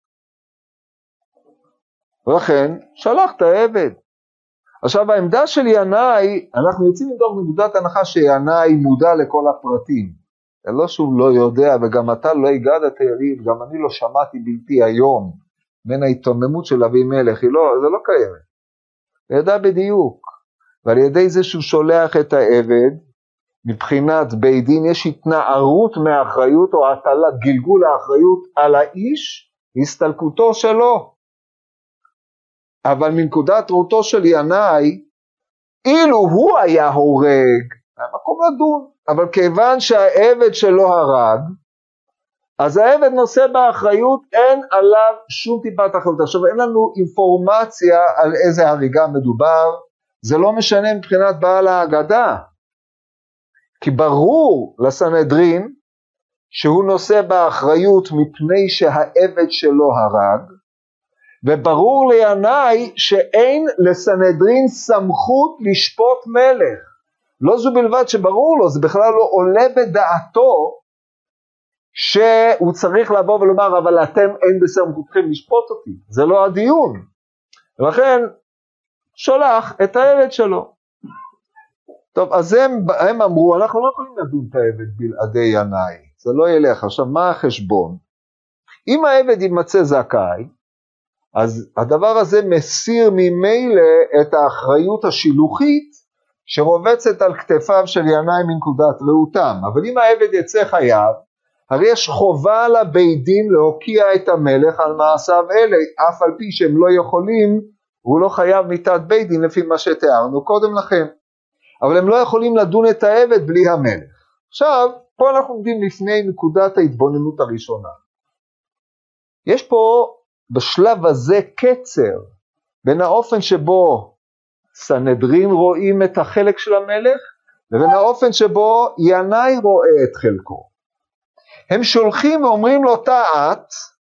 B: ולכן, שלח את העבד. עכשיו העמדה של ינאי, אנחנו יוצאים מתוך נקודת הנחה שינאי מודע לכל הפרטים. זה לא שהוא לא יודע, וגם אתה לא הגעת יריב, גם אני לא שמעתי בלתי היום, מן ההתוממות של אבי מלך, היא לא, זה לא קיימת. הוא ידע בדיוק, ועל ידי זה שהוא שולח את העבד, מבחינת בית דין יש התנערות מהאחריות, או הטלת גלגול האחריות על האיש, הסתלקותו שלו. אבל מנקודת ראותו של ינאי, אילו הוא היה הורג, היה מקום לדון, אבל כיוון שהעבד שלו הרג, אז העבד נושא באחריות, אין עליו שום טיפת אחריות. עכשיו אין לנו אינפורמציה על איזה הריגה מדובר, זה לא משנה מבחינת בעל ההגדה, כי ברור לסנהדרין, שהוא נושא באחריות מפני שהעבד שלו הרג, וברור לינאי שאין לסנהדרין סמכות לשפוט מלך. לא זו בלבד שברור לו, זה בכלל לא עולה בדעתו, שהוא צריך לבוא ולומר, אבל אתם אין בסמכותכם לשפוט אותי. זה לא הדיון. ולכן, שולח את העבד שלו. טוב, אז הם, הם אמרו, אנחנו לא יכולים לדון את העבד בלעדי ינאי. זה לא ילך. עכשיו, מה החשבון? אם העבד יימצא זכאי, אז הדבר הזה מסיר ממילא את האחריות השילוחית שרובצת על כתפיו של ינאי מנקודת ראותם. אבל אם העבד יצא חייב, הרי יש חובה לבית דין להוקיע את המלך על מעשיו אלה, אף על פי שהם לא יכולים, הוא לא חייב מיתת בית דין לפי מה שתיארנו קודם לכן. אבל הם לא יכולים לדון את העבד בלי המלך. עכשיו, פה אנחנו עומדים לפני נקודת ההתבוננות הראשונה. יש פה בשלב הזה קצר, בין האופן שבו סנהדרין רואים את החלק של המלך, לבין האופן שבו ינאי רואה את חלקו. הם שולחים ואומרים לו תעת,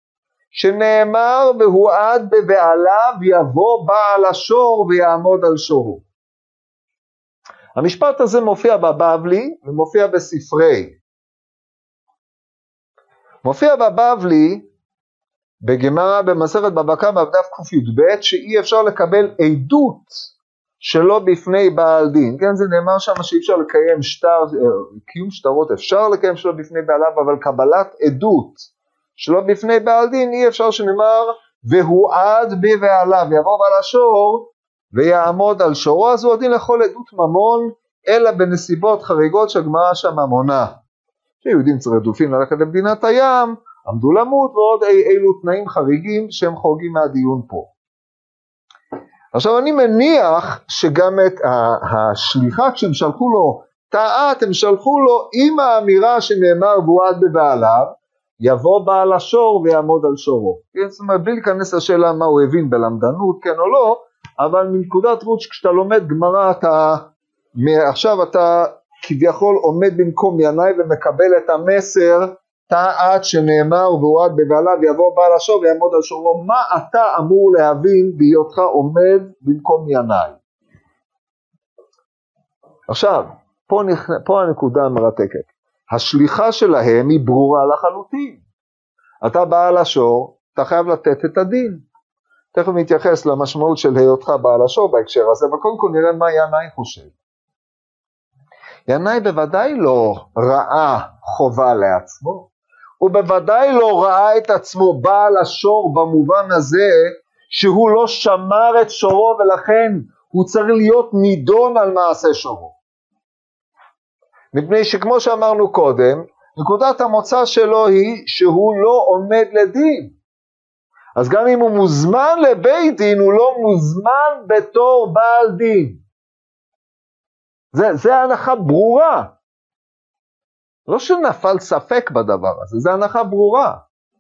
B: שנאמר והועד בבעליו יבוא בעל השור ויעמוד על שורו. המשפט הזה מופיע בבבלי ומופיע בספרי. מופיע בבבלי, בגמרא במסכת בבא קמא בדף קי"ב, שאי אפשר לקבל עדות שלא בפני בעל דין. כן, זה נאמר שם שאי אפשר לקיים שטר, קיום שטרות אפשר לקיים שלא בפני בעליו, אבל קבלת עדות שלא בפני בעל דין אי אפשר, שנאמר והועד בבעליו, יבוא בעל השור ויעמוד על שורו, אז הוא הדין לכל עדות ממון, אלא בנסיבות חריגות שהגמרא שם מונה. שיהודים רדופים ללכת למדינת הים, עמדו למות, ועוד אי, אילו תנאים חריגים שהם חורגים מהדיון פה. עכשיו אני מניח שגם את השליחה, כשהם שלחו לו טעת, הם שלחו לו עם האמירה שנאמר והועד בבעליו, יבוא בעל השור ויעמוד על שורו. זאת אומרת, בלי להיכנס לשאלה מה הוא הבין בלמדנות, כן או לא, אבל מנקודת רות כשאתה לומד גמרא, אתה, עכשיו אתה כביכול עומד במקום ינאי ומקבל את המסר, טעת שנאמר והועד בבעליו יבוא בעל השור ויעמוד על שורו, מה אתה אמור להבין בהיותך עומד במקום ינאי? עכשיו, פה, נכ... פה הנקודה המרתקת. השליחה שלהם היא ברורה לחלוטין. אתה בעל השור, אתה חייב לתת את הדין. תכף נתייחס למשמעות של היותך בעל השור בהקשר הזה, אבל קודם כל נראה מה ינאי חושב. ינאי בוודאי לא ראה חובה לעצמו, הוא בוודאי לא ראה את עצמו בעל השור במובן הזה שהוא לא שמר את שורו ולכן הוא צריך להיות נידון על מעשה שורו. מפני שכמו שאמרנו קודם, נקודת המוצא שלו היא שהוא לא עומד לדין. אז גם אם הוא מוזמן לבית דין, הוא לא מוזמן בתור בעל דין. זה, זה הנחה ברורה. לא שנפל ספק בדבר הזה, זה הנחה ברורה.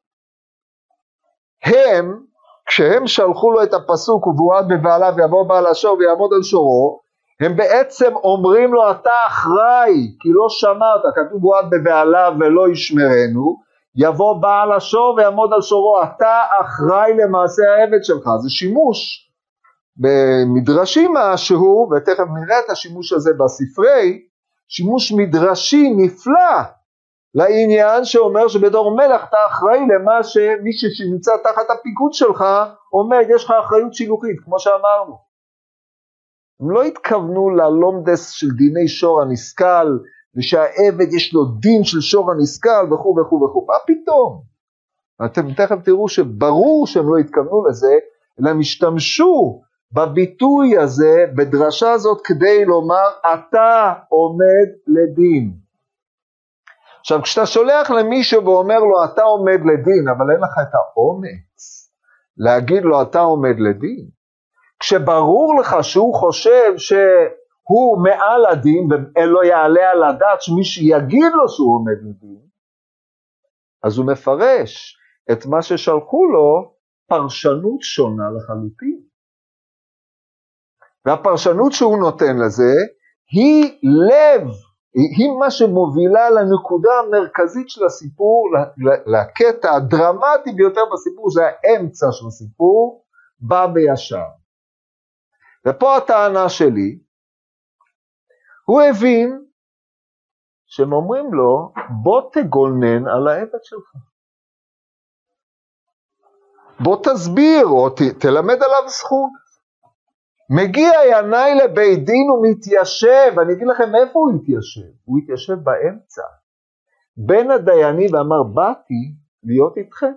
B: הם, כשהם שלחו לו את הפסוק, ובועד בבעליו יבוא בעל השור ויעמוד על שורו, הם בעצם אומרים לו, אתה אחראי, כי לא שמרת, כתוב בועד בבעליו ולא ישמרנו, יבוא בעל השור ויעמוד על שורו, אתה אחראי למעשה העבד שלך. זה שימוש במדרשי משהו, ותכף נראה את השימוש הזה בספרי, שימוש מדרשי נפלא לעניין שאומר שבדור מלך אתה אחראי למה שמי שנמצא תחת הפיקוד שלך אומר, יש לך אחריות שילוחית, כמו שאמרנו. הם לא התכוונו ללומדס של דיני שור הנסקל, ושהעבד יש לו דין של שור הנסקל וכו' וכו' וכו'. מה פתאום? אתם תכף תראו שברור שהם לא התכוונו לזה, אלא הם השתמשו בביטוי הזה, בדרשה הזאת, כדי לומר, אתה עומד לדין. עכשיו, כשאתה שולח למישהו ואומר לו, אתה עומד לדין, אבל אין לך את האומץ להגיד לו, אתה עומד לדין, כשברור לך שהוא חושב שהוא מעל הדין, ולא יעלה על הדעת שמי שיגיד לו שהוא עומד לדין, אז הוא מפרש את מה ששלחו לו פרשנות שונה לחלוטין. והפרשנות שהוא נותן לזה היא לב, היא מה שמובילה לנקודה המרכזית של הסיפור, לקטע הדרמטי ביותר בסיפור, זה האמצע של הסיפור, בא בישר. ופה הטענה שלי, הוא הבין שהם אומרים לו, בוא תגונן על העבד שלך. בוא תסביר או ת, תלמד עליו זכות. מגיע ינאי לבית דין ומתיישב, אני אגיד לכם איפה הוא התיישב, הוא התיישב באמצע, בין הדיינים ואמר, באתי להיות איתכם.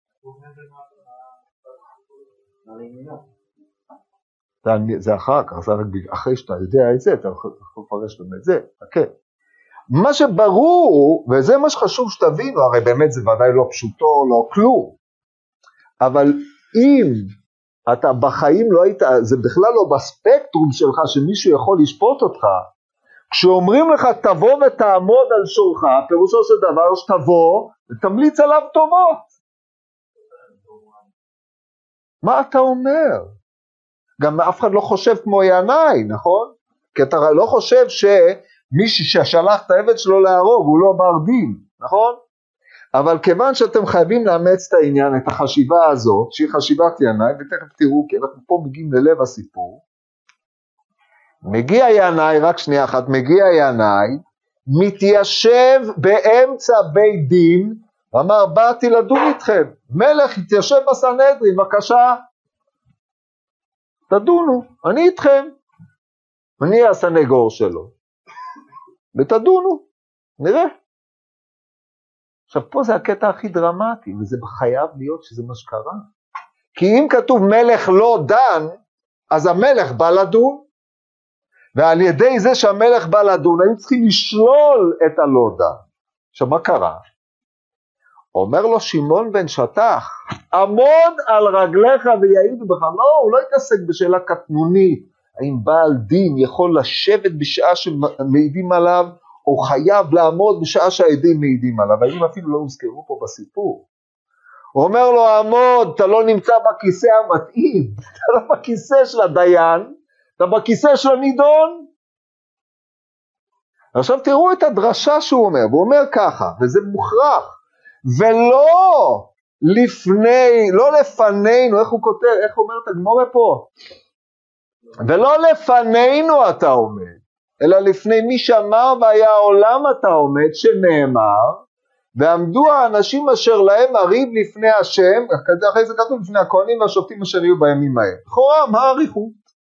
B: זה אחר כך, זה רק אחרי שאתה יודע את זה, אתה יכול לפרש גם את זה, כן. מה שברור, וזה מה שחשוב שתבינו, הרי באמת זה ודאי לא פשוטו, לא כלום, אבל אם אתה בחיים לא היית, זה בכלל לא בספקטרום שלך שמישהו יכול לשפוט אותך, כשאומרים לך תבוא ותעמוד על שורך, פירושו של דבר שתבוא ותמליץ עליו טובות. מה אתה אומר? גם אף אחד לא חושב כמו ינאי, נכון? כי אתה לא חושב שמישהו ששלח את העבד שלו להרוג הוא לא בר דין, נכון? אבל כיוון שאתם חייבים לאמץ את העניין, את החשיבה הזאת, שהיא חשיבת ינאי, ותכף תראו, כי אנחנו פה מגיעים ללב הסיפור, מגיע ינאי, רק שנייה אחת, מגיע ינאי, מתיישב באמצע בית דין, אמר, באתי לדון איתכם, מלך התיישב בסנהדרין, בבקשה, תדונו, אני איתכם, אני הסנגור שלו, ותדונו, נראה. עכשיו פה זה הקטע הכי דרמטי, וזה חייב להיות שזה מה שקרה. כי אם כתוב מלך לא דן, אז המלך בא לדון, ועל ידי זה שהמלך בא לדון, היו צריכים לשלול את הלא דן. עכשיו מה קרה? אומר לו שמעון בן שטח, עמוד על רגליך ויעידו בך. לא, הוא לא התעסק בשאלה קטנונית, האם בעל דין יכול לשבת בשעה שמעידים עליו, או חייב לעמוד בשעה שהעדים מעידים עליו, העדים אפילו לא הוזכרו פה בסיפור. הוא אומר לו, עמוד, אתה לא נמצא בכיסא המתאים, אתה לא בכיסא של הדיין, אתה בכיסא של הנידון. עכשיו תראו את הדרשה שהוא אומר, הוא אומר ככה, וזה מוכרח, ולא לפני, לא לפנינו, איך הוא כותב, איך אומר את הגמרא פה? ולא לפנינו אתה עומד, אלא לפני מי שאמר והיה העולם אתה עומד, שנאמר, ועמדו האנשים אשר להם הריב לפני השם, אחרי זה כתוב לפני הכהנים והשופטים אשר יהיו בימים ההם. לכאורה, מה האריכות?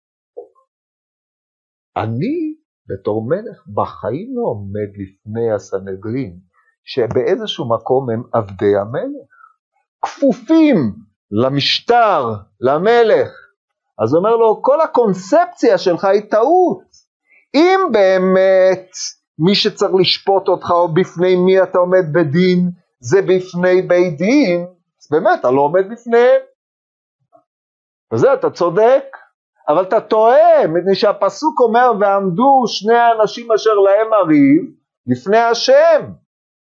B: אני בתור מלך בחיים לא עומד לפני הסנהדרין, שבאיזשהו מקום הם עבדי המלך, כפופים למשטר, למלך. אז הוא אומר לו, כל הקונספציה שלך היא טעות. אם באמת מי שצריך לשפוט אותך או בפני מי אתה עומד בדין, זה בפני בית דין, אז באמת אתה לא עומד בפניהם. וזה אתה צודק, אבל אתה טועה, מפני שהפסוק אומר, ועמדו שני האנשים אשר להם הריב, לפני השם.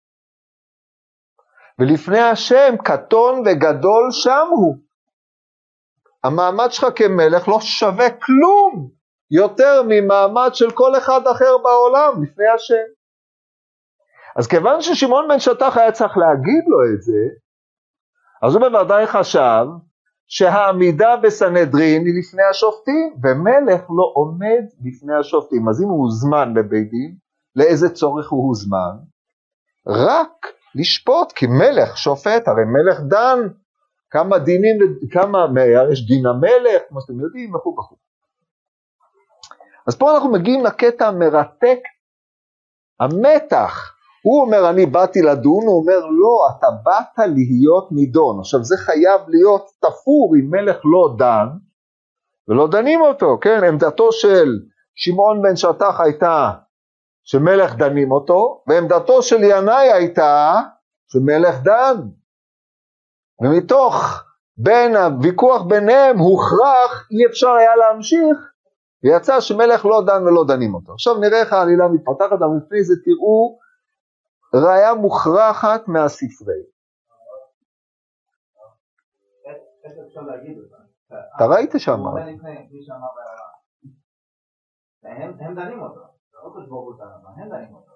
B: ולפני השם קטון וגדול שם הוא. המעמד שלך כמלך לא שווה כלום, יותר ממעמד של כל אחד אחר בעולם, לפני השם. אז כיוון ששמעון בן שטח היה צריך להגיד לו את זה, אז הוא בוודאי חשב, שהעמידה בסנהדרין היא לפני השופטים, ומלך לא עומד לפני השופטים. אז אם הוא הוזמן לבית דין, לאיזה צורך הוא הוזמן? רק לשפוט, כי מלך שופט, הרי מלך דן, כמה דינים, כמה, יש דין המלך, כמו שאתם יודעים, וכו' וכו'. אז פה אנחנו מגיעים לקטע המרתק, המתח. הוא אומר, אני באתי לדון, הוא אומר, לא, אתה באת להיות נידון. עכשיו, זה חייב להיות תפור עם מלך לא דן, ולא דנים אותו, כן? עמדתו של שמעון בן שטח הייתה שמלך דנים אותו, ועמדתו של ינאי הייתה שמלך דן. ומתוך בין הוויכוח ביניהם הוכרח, אי אפשר היה להמשיך, ויצא שמלך לא דן ולא דנים אותו. עכשיו נראה איך העלילה מתפתחת, אבל לפני זה תראו, ראיה מוכרחת מהספרי.
C: איך אפשר להגיד אותה?
B: אתה ראית שם?
C: הוא אומר לפני, מי שאמר, הם דנים אותו, לא תשבור אותה, הם דנים אותו.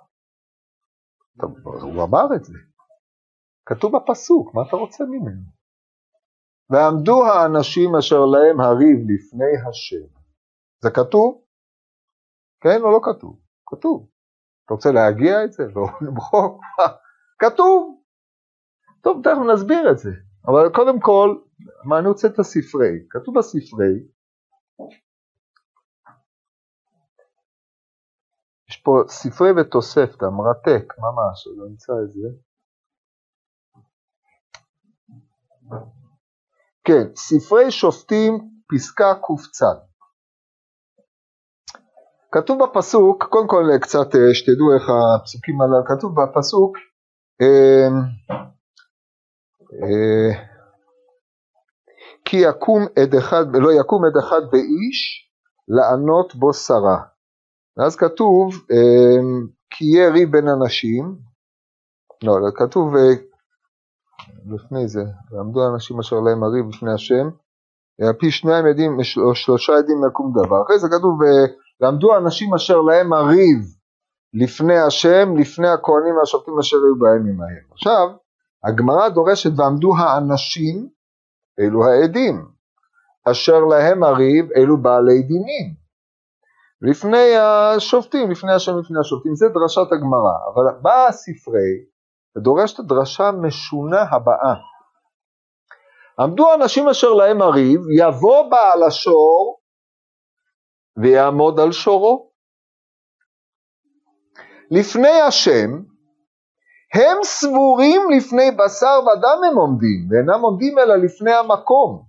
B: הוא אמר את זה. כתוב בפסוק, מה אתה רוצה ממנו? ועמדו האנשים אשר להם הריב לפני השם. זה כתוב? כן או לא כתוב? כתוב. אתה רוצה להגיע את זה? לא למחוק? כתוב. טוב, תכף נסביר את זה. אבל קודם כל, מה אני רוצה את הספרי? כתוב בספרי, יש פה ספרי ותוספתא, מרתק, ממש, לא נמצא את זה. כן, ספרי שופטים, פסקה קופצה. כתוב בפסוק, קודם כל קצת שתדעו איך הפסוקים עליו, כתוב בפסוק, אה, אה, כי יקום עד אחד, לא יקום עד אחד באיש, לענות בו שרה. ואז כתוב, אה, כי יהיה ריב בין אנשים, לא, כתוב, אה, לפני זה, ועמדו האנשים אשר להם הריב לפני השם, על פי שניים עדים, או שלושה עדים יקום דבר. אחרי זה כתוב, ועמדו האנשים אשר להם הריב לפני השם, לפני הכהנים והשופטים אשר היו בימים ההם. עכשיו, הגמרא דורשת, ועמדו האנשים, אלו העדים, אשר להם הריב, אלו בעלי דינים. לפני השופטים, לפני השם לפני השופטים, זה דרשת הגמרא, אבל באה הספרי, ודורשת הדרשה משונה הבאה. עמדו אנשים אשר להם הריב, יבוא בעל השור, ויעמוד על שורו. לפני השם, הם סבורים לפני בשר ודם הם עומדים, ואינם עומדים אלא לפני המקום.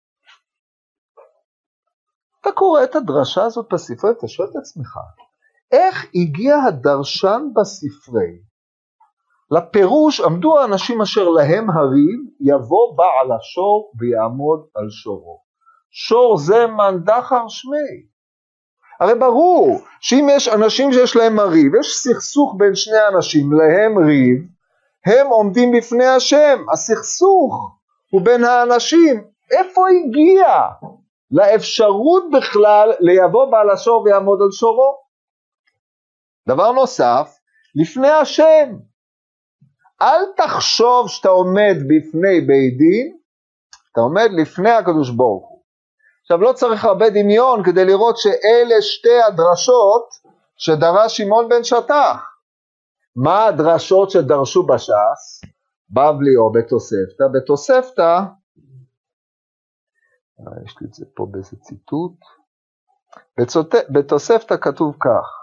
B: אתה קורא את הדרשה הזאת בספרי, אתה שואל את עצמך, איך הגיע הדרשן בספרי? לפירוש עמדו האנשים אשר להם הריב, יבוא בעל השור ויעמוד על שורו. שור זה מנדחר שמי. הרי ברור שאם יש אנשים שיש להם הריב, יש סכסוך בין שני אנשים, להם ריב, הם עומדים בפני השם. הסכסוך הוא בין האנשים. איפה הגיע לאפשרות בכלל ליבוא בעל השור ויעמוד על שורו? דבר נוסף, לפני השם. אל תחשוב שאתה עומד בפני בית דין, אתה עומד לפני הקדוש ברוך הוא. עכשיו לא צריך הרבה דמיון כדי לראות שאלה שתי הדרשות שדרש שמעון בן שטח. מה הדרשות שדרשו בש"ס? בבלי או בתוספתא? בתוספתא, יש לי את זה פה באיזה ציטוט, בתוספתא כתוב כך,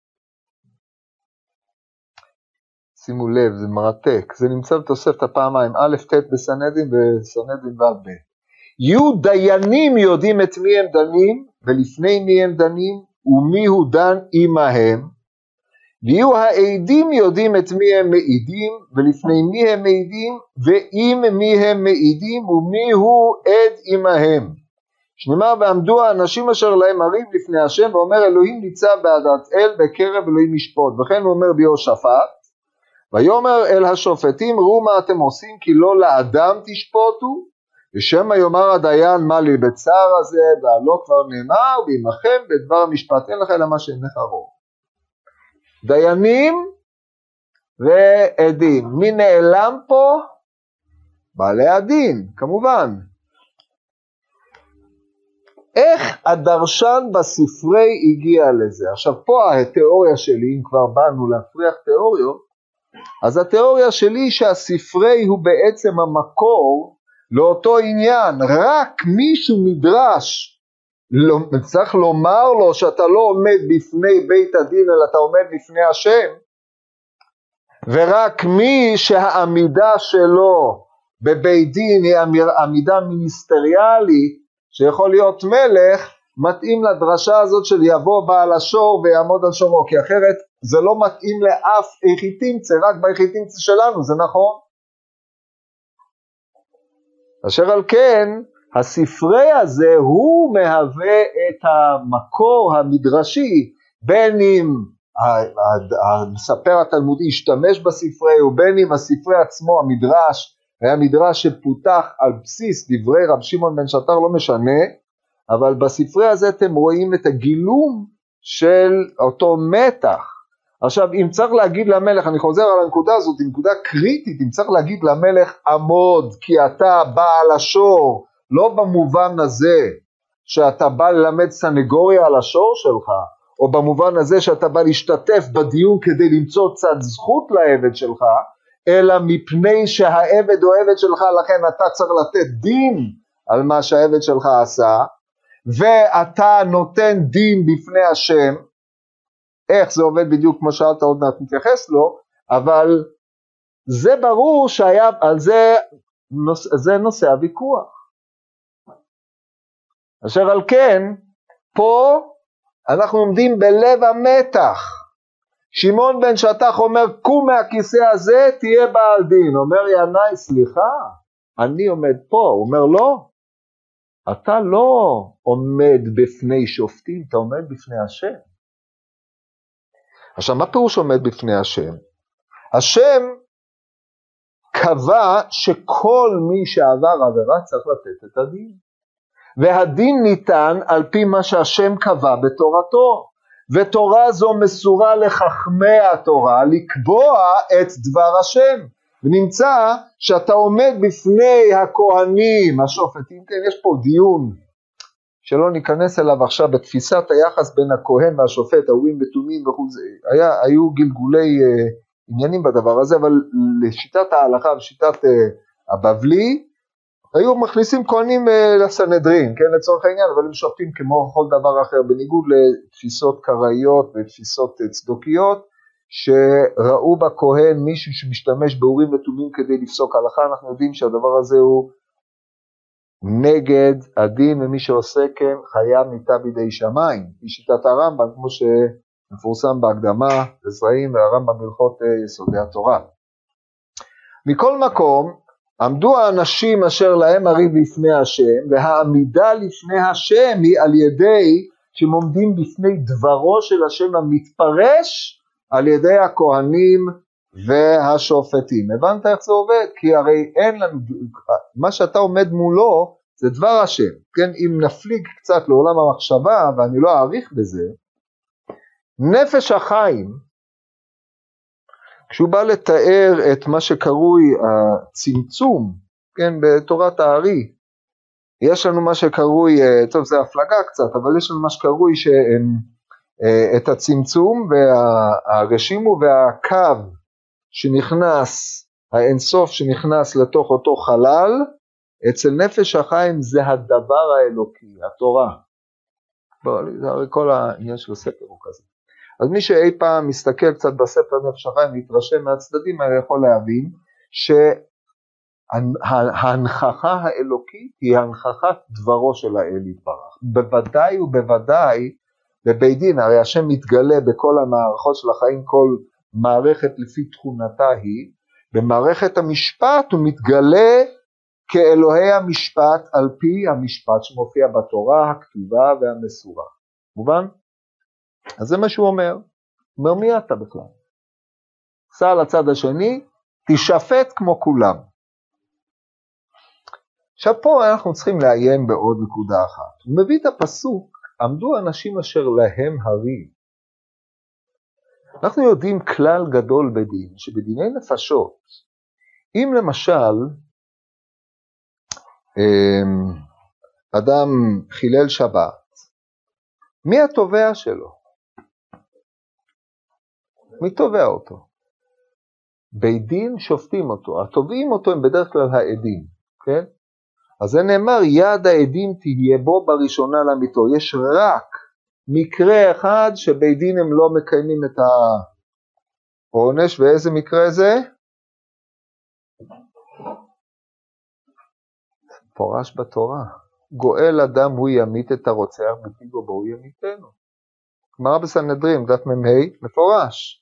B: שימו לב, זה מרתק, זה נמצא בתוספתא פעמיים, א' ט' בסנהדרין וסנהדרין ו' ב'. יהיו דיינים יודעים את מי הם דנים, ולפני מי הם דנים, ומי הוא דן עמהם, ויהיו העדים יודעים את מי הם מעידים, ולפני מי הם מעידים, ועם מי הם מעידים, ומי הוא עד עמהם. שנאמר, ועמדו האנשים אשר להם הריב לפני השם, ואומר אלוהים ניצב בעדת אל, בקרב אלוהים ישפוט. וכן הוא אומר ביהושפט, ויאמר אל השופטים, ראו מה אתם עושים, כי לא לאדם תשפוטו, ושמא יאמר הדיין מה לי בצער הזה, והלא כבר נאמר, ועמכם בדבר המשפט, אין לך אלא מה שאינך רוב. דיינים ועדים. מי נעלם פה? בעלי הדין, כמובן. איך הדרשן בספרי הגיע לזה? עכשיו פה התיאוריה שלי, אם כבר באנו להפריח תיאוריות, אז התיאוריה שלי היא שהספרי הוא בעצם המקור לאותו עניין. רק מישהו נדרש, לא, צריך לומר לו שאתה לא עומד בפני בית הדין אלא אתה עומד בפני השם, ורק מי שהעמידה שלו בבית דין היא עמידה מיניסטריאלית שיכול להיות מלך, מתאים לדרשה הזאת של יבוא בעל השור ויעמוד על שורו, כי אחרת זה לא מתאים לאף איכי תמצא, רק באיכי תמצא שלנו, זה נכון? אשר על כן, הספרי הזה הוא מהווה את המקור המדרשי, בין אם המספר התלמודי השתמש בספרי, ובין אם הספרי עצמו, המדרש, היה מדרש שפותח על בסיס דברי רב שמעון בן שטח, לא משנה, אבל בספרי הזה אתם רואים את הגילום של אותו מתח. עכשיו, אם צריך להגיד למלך, אני חוזר על הנקודה הזאת, היא נקודה קריטית, אם צריך להגיד למלך עמוד, כי אתה בעל השור, לא במובן הזה שאתה בא ללמד סנגוריה על השור שלך, או במובן הזה שאתה בא להשתתף בדיון כדי למצוא צד זכות לעבד שלך, אלא מפני שהעבד הוא עבד שלך, לכן אתה צריך לתת דין על מה שהעבד שלך עשה, ואתה נותן דין בפני השם. איך זה עובד בדיוק כמו שאלת, עוד מעט מתייחס לו, אבל זה ברור שהיה, על זה, זה נושא הוויכוח. אשר על כן, פה אנחנו עומדים בלב המתח. שמעון בן שטח אומר, קום מהכיסא הזה, תהיה בעל דין. אומר ינאי, סליחה, אני עומד פה. הוא אומר, לא, אתה לא עומד בפני שופטים, אתה עומד בפני השם. עכשיו, מה פירוש עומד בפני השם? השם קבע שכל מי שעבר עבירה צריך לתת את הדין. והדין ניתן על פי מה שהשם קבע בתורתו. ותורה זו מסורה לחכמי התורה לקבוע את דבר השם. ונמצא שאתה עומד בפני הכהנים, השופטים, כן, יש פה דיון שלא ניכנס אליו עכשיו בתפיסת היחס בין הכהן והשופט, האורים ותומים וכו', היה, היו גלגולי uh, עניינים בדבר הזה, אבל לשיטת ההלכה ושיטת uh, הבבלי, היו מכניסים כהנים uh, לסנהדרין, כן, לצורך העניין, אבל הם שופטים כמו כל דבר אחר, בניגוד לתפיסות קראיות ותפיסות uh, צדוקיות, שראו בכהן מישהו שמשתמש באורים ותומים כדי לפסוק הלכה. אנחנו יודעים שהדבר הזה הוא נגד הדין, ומי שעושה כן חייב מיתה בידי שמיים, היא שיטת הרמב"ם, כמו שמפורסם בהקדמה לזרעים והרמב"ם בהלכות יסודי התורה. מכל מקום, עמדו האנשים אשר להם הריב לפני השם, והעמידה לפני השם היא על ידי שהם עומדים בפני דברו של השם המתפרש על ידי הכהנים והשופטים. הבנת איך זה עובד? כי הרי אין לנו, מה שאתה עומד מולו זה דבר השם, כן? אם נפליג קצת לעולם המחשבה, ואני לא אעריך בזה, נפש החיים, כשהוא בא לתאר את מה שקרוי הצמצום, כן, בתורת הארי, יש לנו מה שקרוי, טוב זה הפלגה קצת, אבל יש לנו מה שקרוי שהם, את הצמצום והרשימו והקו שנכנס, האינסוף שנכנס לתוך אותו חלל, אצל נפש החיים זה הדבר האלוקי, התורה. בוא, זה הרי כל העניין של הספר הוא כזה. אז מי שאי פעם מסתכל קצת בספר נפש החיים והתרשם מהצדדים, אני יכול להבין שההנכחה האלוקית היא הנחכת דברו של האל יתברך. בוודאי ובוודאי בבית דין, הרי השם מתגלה בכל המערכות של החיים, כל מערכת לפי תכונתה היא, במערכת המשפט הוא מתגלה כאלוהי המשפט על פי המשפט שמופיע בתורה הכתובה והמסורה. מובן? אז זה מה שהוא אומר. אומר מי אתה בכלל? סע לצד השני, תשפט כמו כולם. עכשיו פה אנחנו צריכים לעיין בעוד נקודה אחת. הוא מביא את הפסוק, עמדו אנשים אשר להם הריב. אנחנו יודעים כלל גדול בדין, שבדיני נפשות, אם למשל אדם חילל שבת, מי התובע שלו? מי תובע אותו? בית דין שופטים אותו, התובעים אותו הם בדרך כלל העדים, כן? אז זה נאמר, יד העדים תהיה בו בראשונה למיתו. יש רק מקרה אחד שבית דין הם לא מקיימים את העונש, ואיזה מקרה זה? פורש בתורה. גואל אדם הוא ימית את הרוצח, בפיגו בו הוא ימיתנו. גמרא בסנהדרין, דף מ"ה, מפורש.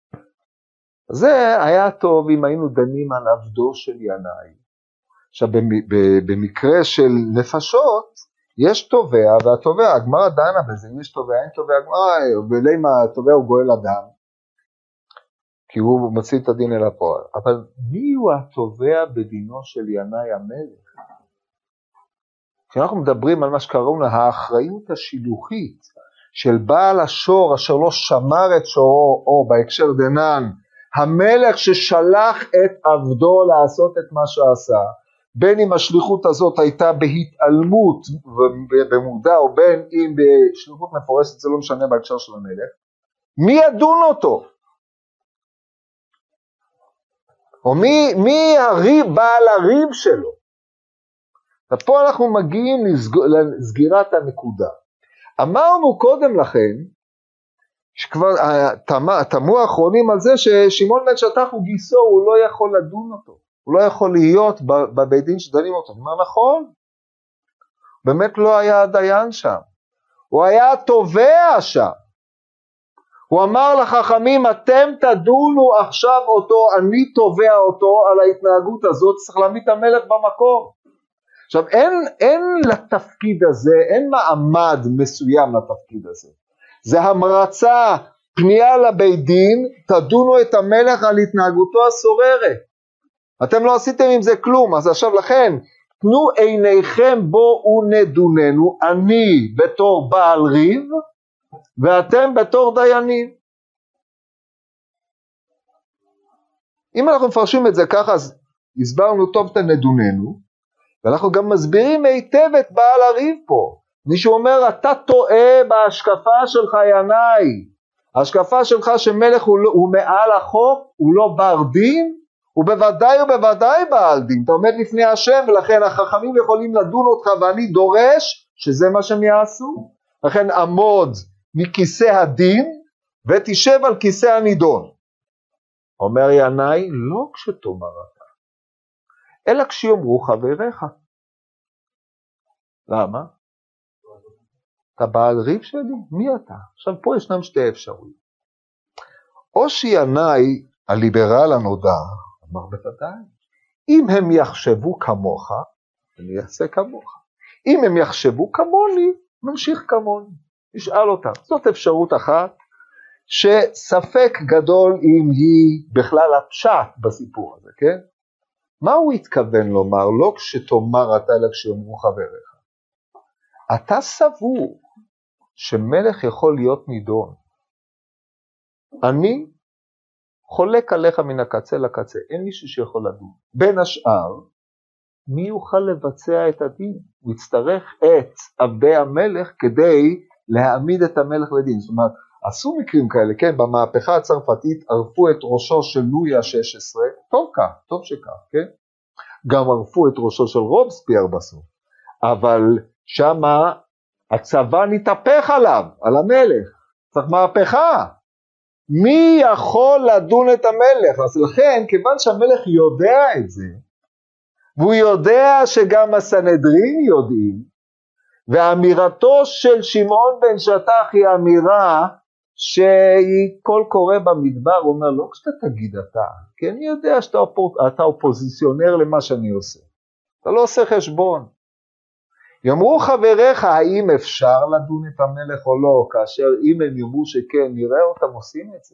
B: זה היה טוב אם היינו דנים על עבדו של ינאי. עכשיו במקרה של נפשות יש תובע, והתובע, הגמרא דנה בזה, יש תובע, אין תובע, הגמרא, ולמה התובע הוא גואל אדם, כי הוא מוציא את הדין אל הפועל. אבל מי הוא התובע בדינו של ינאי המלך? כשאנחנו מדברים על מה שקראו לה האחריות השילוחית של בעל השור אשר לא שמר את שורו, או בהקשר דנן, המלך ששלח את עבדו לעשות את מה שעשה, בין אם השליחות הזאת הייתה בהתעלמות במודע, או בין אם בשליחות מפורסת, זה לא משנה בהקשר של המלך, מי ידון אותו? או מי, מי הריב, בעל הריב שלו? ופה אנחנו מגיעים לסגירת הנקודה. אמרנו קודם לכן, שכבר תמו האחרונים על זה ששמעון בן שטח הוא גיסו, הוא לא יכול לדון אותו. הוא לא יכול להיות בבית דין שדנים אותו. מה נכון? באמת לא היה הדיין שם. הוא היה תובע שם. הוא אמר לחכמים, אתם תדונו עכשיו אותו, אני תובע אותו על ההתנהגות הזאת, צריך להעמיד את המלך במקום. עכשיו אין, אין לתפקיד הזה, אין מעמד מסוים לתפקיד הזה. זה המרצה, פנייה לבית דין, תדונו את המלך על התנהגותו הסוררת. אתם לא עשיתם עם זה כלום, אז עכשיו לכן, תנו עיניכם בו ונדוננו, אני בתור בעל ריב, ואתם בתור דיינים. אם אנחנו מפרשים את זה ככה, אז הסברנו טוב את הנדוננו, ואנחנו גם מסבירים היטב את בעל הריב פה. מישהו אומר, אתה טועה בהשקפה שלך ינאי. ההשקפה שלך שמלך הוא, לא, הוא מעל החוק, הוא לא בר דין, הוא בוודאי ובוודאי בעל דין. אתה עומד לפני השם, ולכן החכמים יכולים לדון אותך, ואני דורש שזה מה שהם יעשו. לכן עמוד מכיסא הדין, ותשב על כיסא הנידון. אומר ינאי, לא כשתאמר אתה, אלא כשיאמרו חבריך. למה? אתה בעל ריב שלי? מי אתה? עכשיו פה ישנם שתי אפשרויות. או שינאי, הליברל הנודע, אמר בוודאי, אם הם יחשבו כמוך, אני אעשה כמוך. אם הם יחשבו כמוני, ממשיך כמוני. נשאל אותם. זאת אפשרות אחת, שספק גדול אם היא בכלל הפשט בסיפור הזה, כן? מה הוא התכוון לומר? לא כשתאמר אתה, אלא כשיאמרו חבריך. אתה סבור שמלך יכול להיות נידון. אני חולק עליך מן הקצה לקצה, אין מישהו שיכול לדון. בין השאר, מי יוכל לבצע את הדין? הוא יצטרך את עבדי המלך כדי להעמיד את המלך לדין. זאת אומרת, עשו מקרים כאלה, כן? במהפכה הצרפתית ערפו את ראשו של לואי ה-שש עשרה, טוב כך, טוב שכך, כן? גם ערפו את ראשו של רובספייר בסוף, אבל שמה הצבא נתהפך עליו, על המלך, צריך מהפכה. מי יכול לדון את המלך? אז לכן, כיוון שהמלך יודע את זה, והוא יודע שגם הסנהדרין יודעים, ואמירתו של שמעון בן שטח היא אמירה שהיא קול קורא במדבר, הוא אומר, לא כשאתה תגיד אתה, כי אני יודע שאתה אתה אופוזיציונר למה שאני עושה. אתה לא עושה חשבון. יאמרו חבריך, האם אפשר לדון את המלך או לא, כאשר אם הם יאמרו שכן, נראה אותם עושים את זה.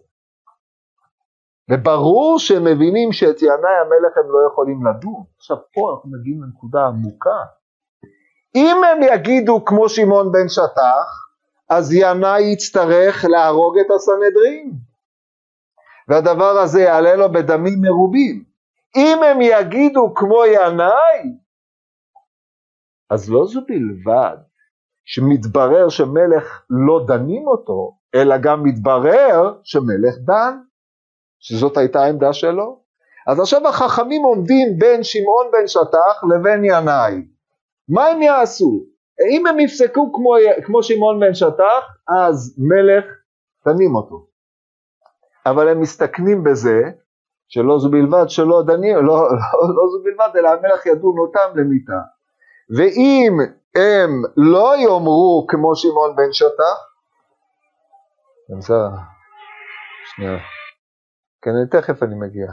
B: וברור שהם מבינים שאת ינאי המלך הם לא יכולים לדון. עכשיו פה אנחנו מגיעים לנקודה עמוקה. אם הם יגידו כמו שמעון בן שטח, אז ינאי יצטרך להרוג את הסנהדרין. והדבר הזה יעלה לו בדמים מרובים. אם הם יגידו כמו ינאי, אז לא זו בלבד שמתברר שמלך לא דנים אותו, אלא גם מתברר שמלך דן, שזאת הייתה העמדה שלו. אז עכשיו החכמים עומדים בין שמעון בן שטח לבין ינאי. מה הם יעשו? אם הם יפסקו כמו, כמו שמעון בן שטח, אז מלך דנים אותו. אבל הם מסתכנים בזה, שלא זו בלבד שלא דנים, לא, לא, לא זו בלבד, אלא המלך ידון אותם למיתה. ואם הם לא יאמרו כמו שמעון בן שטח, נמצא, שנייה, כן, תכף אני מגיע.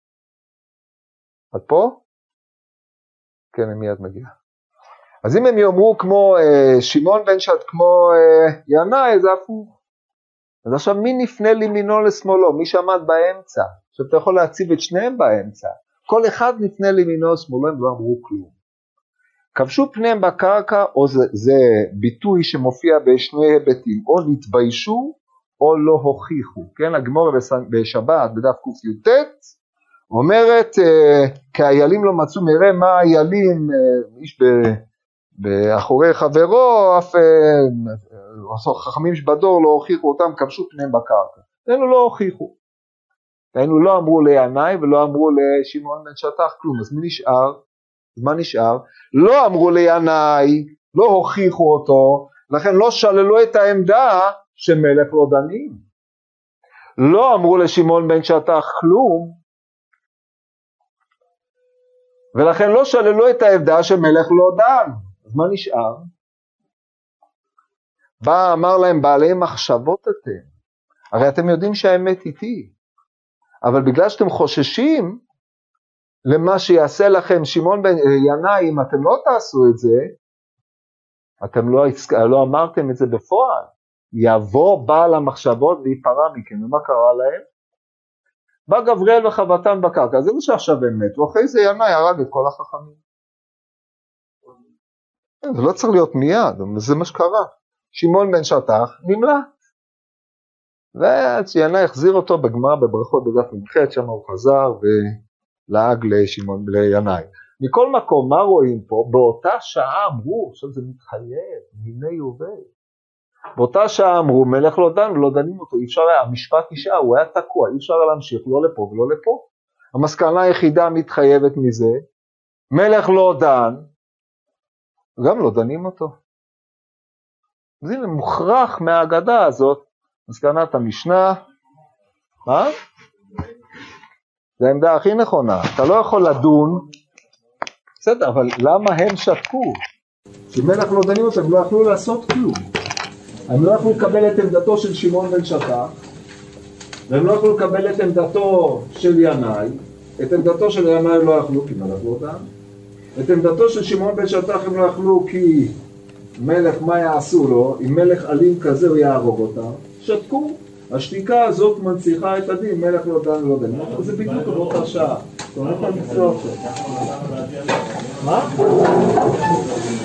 B: את פה? כן, אני מיד מגיע. אז אם הם יאמרו כמו אה, שמעון בן שטח, כמו אה, ינאי, זה הפוך. אז עכשיו מי נפנה לימינו לשמאלו? מי שעמד באמצע. עכשיו אתה יכול להציב את שניהם באמצע. כל אחד נפנה לימינו לשמאלו, הם לא אמרו כלום. כבשו פניהם בקרקע, או זה, זה ביטוי שמופיע בשני היבטים, או נתביישו, או לא הוכיחו. כן, הגמרא בשבת, בדף ק"ט, אומרת, אה, כאיילים לא מצאו, נראה מה האיילים, אה, איש ב, באחורי חברו, אף אה, חכמים שבדור לא הוכיחו אותם, כבשו פניהם בקרקע. אנו לא הוכיחו. אנו לא אמרו לינאי, ולא אמרו לשמעון בן שטח כלום. אז מי נשאר? מה נשאר? לא אמרו לינאי, לא הוכיחו אותו, לכן לא שללו את העמדה שמלך לא דנים. לא אמרו לשמעון בן שטח כלום, ולכן לא שללו את העמדה שמלך לא דן. אז מה נשאר? בא אמר להם בעלי מחשבות אתם, הרי אתם יודעים שהאמת איתי, אבל בגלל שאתם חוששים למה שיעשה לכם שמעון בן ינאי, אם אתם לא תעשו את זה, אתם לא, לא אמרתם את זה בפועל, יבוא בעל המחשבות ויפרע מכם. ומה קרה להם? בא גבריאל וחבטן בקרקע, זה לא שעכשיו הם מתו, אחרי זה ינאי הרג את כל החכמים. זה לא צריך להיות מיד, זה מה שקרה. שמעון בן שטח נמלט. וינאי החזיר אותו בגמרא בברכות בדף מ"ח, שם הוא חזר ולעג לשמעון לינאי. מכל מקום, מה רואים פה? באותה שעה אמרו, עכשיו זה מתחייב, מיני ובי. באותה שעה אמרו, מלך לא דן ולא דנים אותו, אי אפשר היה, המשפט נשאר, הוא היה תקוע, אי אפשר היה להמשיך, לא לפה ולא לפה. המסקנה היחידה מתחייבת מזה, מלך לא דן, גם לא דנים אותו. אז הנה מוכרח מהאגדה הזאת, מסקנת המשנה, מה? זה העמדה הכי נכונה, אתה לא יכול לדון, בסדר, אבל למה הם שתקו? כי מלך לא דנים אותם, הם לא יכלו לעשות כלום. הם לא יכלו לקבל את עמדתו של שמעון בן שטח, והם לא יכלו לקבל את עמדתו של ינאי, את עמדתו של ינאי הם לא יכלו, כי מלך לא דן, את עמדתו של שמעון בן שטח הם לא יכלו, כי מלך מה יעשו לו, אם מלך אלים כזה הוא יהרוג אותם, שתקו. השתיקה הזאת מנציחה את הדין, מלך לא דן ולא דן. זה בדיוק באותה שעה. אתה אומר את המצווה עכשיו. מה?